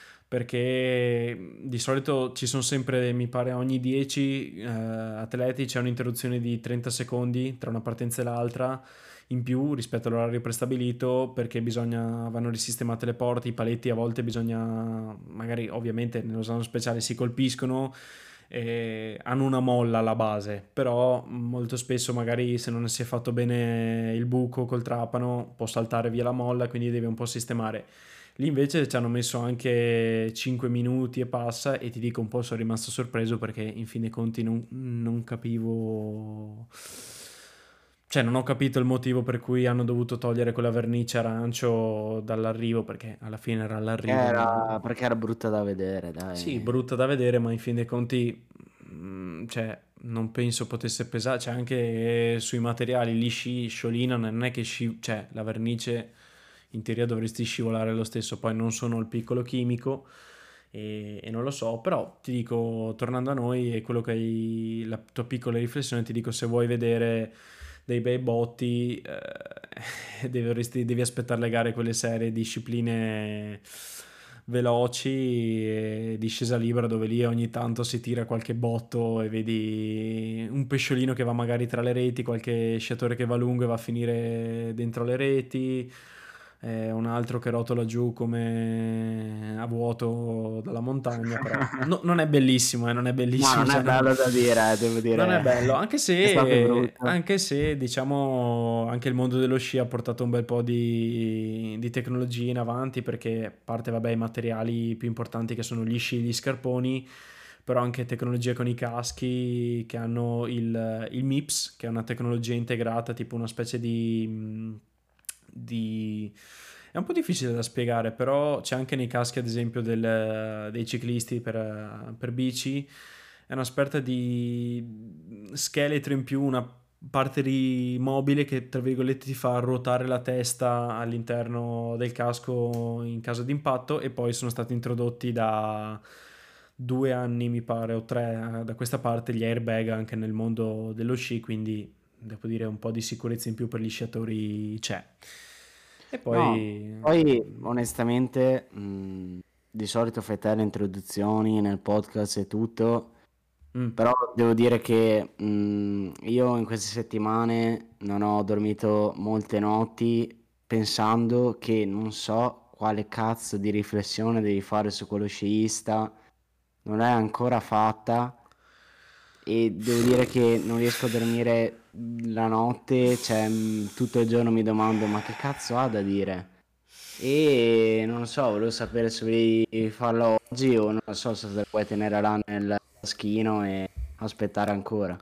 [SPEAKER 1] Perché di solito ci sono sempre, mi pare, ogni dieci eh, atleti c'è un'interruzione di trenta secondi tra una partenza e l'altra in più rispetto all'orario prestabilito, perché bisogna, vanno risistemate le porte, i paletti a volte bisogna, magari ovviamente nello slalom speciale si colpiscono, eh, hanno una molla alla base, però molto spesso magari se non si è fatto bene il buco col trapano può saltare via la molla, quindi devi un po' sistemare. Lì invece ci hanno messo anche cinque minuti e passa, e ti dico un po' sono rimasto sorpreso perché in fin dei conti non, non capivo, cioè non ho capito il motivo per cui hanno dovuto togliere quella vernice arancio dall'arrivo, perché alla fine era all'arrivo,
[SPEAKER 3] Era,
[SPEAKER 1] no?
[SPEAKER 3] perché era brutta da vedere,
[SPEAKER 1] Sì,
[SPEAKER 3] dai.
[SPEAKER 1] brutta da vedere, ma in fin dei conti, mm, cioè, non penso potesse pesare, cioè anche sui materiali, lì sci, sciolina, non è che sci, cioè la vernice in teoria dovresti scivolare lo stesso, poi non sono il piccolo chimico e, e non lo so, però ti dico, tornando a noi e quello che hai, la tua piccola riflessione, ti dico se vuoi vedere dei bei botti, eh, dovresti, devi aspettare le gare, quelle serie, discipline veloci e discesa libera, dove lì ogni tanto si tira qualche botto e vedi un pesciolino che va magari tra le reti, qualche sciatore che va lungo e va a finire dentro le reti, eh, un altro che rotola giù come a vuoto dalla montagna, però no- non è bellissimo, eh, non è
[SPEAKER 3] No,
[SPEAKER 1] bellissimo,
[SPEAKER 3] non
[SPEAKER 1] cioè
[SPEAKER 3] è
[SPEAKER 1] non,
[SPEAKER 3] bello da dire, eh, devo
[SPEAKER 1] non è
[SPEAKER 3] dire,
[SPEAKER 1] bello, anche
[SPEAKER 3] è stato
[SPEAKER 1] se,
[SPEAKER 3] brutto.
[SPEAKER 1] anche se diciamo anche il mondo dello sci ha portato un bel po' di, di tecnologie in avanti, perché a parte vabbè i materiali più importanti che sono gli sci e gli scarponi, però anche tecnologie con i caschi che hanno il, il MIPS, che è una tecnologia integrata, tipo una specie di, di È un po' difficile da spiegare, però c'è anche nei caschi, ad esempio, del- dei ciclisti per, per bici, è una sorta di scheletro in più, una parte di mobile che, tra virgolette, ti fa ruotare la testa all'interno del casco in caso di impatto, e poi sono stati introdotti da due anni, mi pare, o tre, eh, da questa parte, gli airbag anche nel mondo dello sci, quindi devo dire un po' di sicurezza in più per gli sciatori c'è. E
[SPEAKER 3] No,
[SPEAKER 1] poi...
[SPEAKER 3] poi onestamente, mh, di solito fai te le introduzioni nel podcast e tutto,
[SPEAKER 1] mm,
[SPEAKER 3] però devo dire che mh, io in queste settimane non ho dormito molte notti pensando che non so quale cazzo di riflessione devi fare su quello sciista, non l'hai ancora fatta e devo dire che non riesco a dormire la notte, cioè mh, tutto il giorno mi domando ma che cazzo ha da dire? E non lo so, volevo sapere se volevi farlo oggi o non lo so se te lo vuoi tenere là nel taschino e aspettare ancora.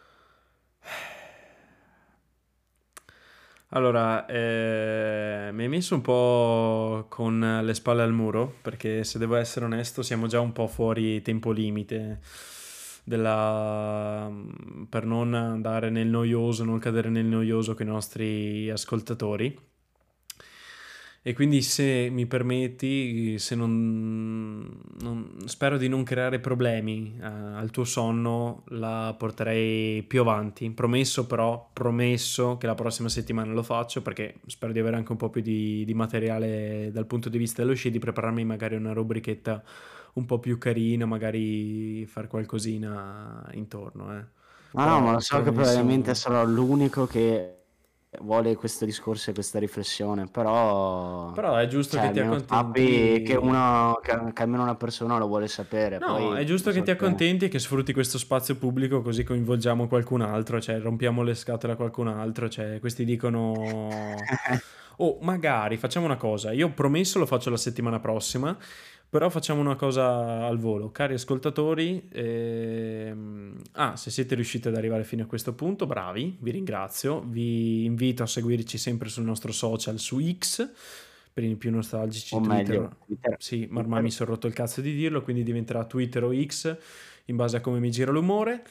[SPEAKER 1] Allora, eh, mi hai messo un po' con le spalle al muro, perché se devo essere onesto siamo già un po' fuori tempo limite della... per non andare nel noioso, non cadere nel noioso con i nostri ascoltatori. E quindi, se mi permetti, se non, non- spero di non creare problemi eh, al tuo sonno, la porterei più avanti. Promesso, però, promesso che la prossima settimana lo faccio, perché spero di avere anche un po' più di, di materiale dal punto di vista dello sci, di prepararmi magari una rubrichetta un po' più carina, magari far qualcosina intorno, eh.
[SPEAKER 3] Ma no, ma lo
[SPEAKER 1] Però
[SPEAKER 3] so che probabilmente
[SPEAKER 1] promesso.
[SPEAKER 3] sarò l'unico che vuole questo discorso e questa riflessione, però
[SPEAKER 1] Però è giusto
[SPEAKER 3] cioè
[SPEAKER 1] che ti
[SPEAKER 3] almeno sappi che
[SPEAKER 1] accontenti.
[SPEAKER 3] uno, che, che almeno una persona lo vuole sapere,
[SPEAKER 1] No, è
[SPEAKER 3] poi
[SPEAKER 1] giusto
[SPEAKER 3] non
[SPEAKER 1] che
[SPEAKER 3] so
[SPEAKER 1] ti
[SPEAKER 3] te.
[SPEAKER 1] accontenti e che sfrutti questo spazio pubblico, così coinvolgiamo qualcun altro, cioè rompiamo le scatole a qualcun altro, cioè questi dicono... Oh, magari facciamo una cosa, io ho promesso lo faccio la settimana prossima, però facciamo una cosa al volo, cari ascoltatori. ehm, Ah, se siete riusciti ad arrivare fino a questo punto, bravi, vi ringrazio, vi invito a seguirci sempre sul nostro social, su X, per i più nostalgici
[SPEAKER 3] O meglio,
[SPEAKER 1] Twitter.
[SPEAKER 3] Twitter.
[SPEAKER 1] Sì, ma ormai
[SPEAKER 3] Twitter.
[SPEAKER 1] mi sono rotto il cazzo di dirlo, quindi diventerà Twitter o X in base a come mi gira l'umore.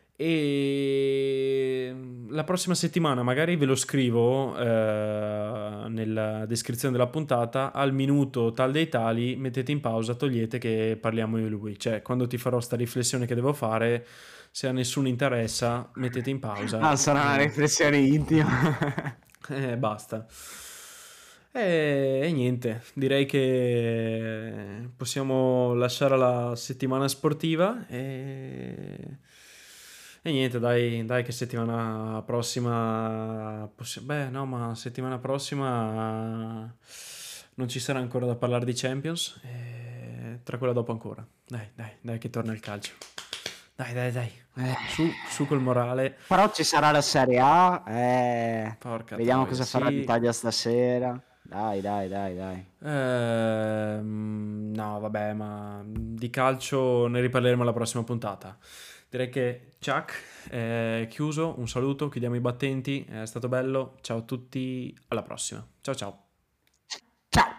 [SPEAKER 1] E la prossima settimana magari ve lo scrivo eh, nella descrizione della puntata. Al minuto tal dei tali, mettete in pausa, togliete che parliamo io e lui. Cioè, quando ti farò sta riflessione che devo fare, se a nessuno interessa, mettete in
[SPEAKER 3] Ah,
[SPEAKER 1] pausa
[SPEAKER 3] sarà una
[SPEAKER 1] e,
[SPEAKER 3] riflessione intima.
[SPEAKER 1] e basta. E, e niente, direi che possiamo lasciare la settimana sportiva e, e niente, dai, dai che settimana prossima, possi- beh no, ma settimana prossima non ci sarà ancora da parlare di Champions, e tra quella dopo ancora. Dai, dai, dai che torna il calcio. Dai, dai, dai.
[SPEAKER 3] Eh,
[SPEAKER 1] Su, su col morale.
[SPEAKER 3] Però ci sarà la Serie A, eh,
[SPEAKER 1] Porca
[SPEAKER 3] vediamo
[SPEAKER 1] troia,
[SPEAKER 3] cosa farà
[SPEAKER 1] sì.
[SPEAKER 3] l'Italia stasera. Dai, dai, dai, dai.
[SPEAKER 1] Ehm, no, vabbè, ma di calcio ne riparleremo alla prossima puntata. Direi che Chuck è chiuso. Un saluto, chiudiamo i battenti. È stato bello. Ciao a tutti, alla prossima. Ciao ciao.
[SPEAKER 3] Ciao.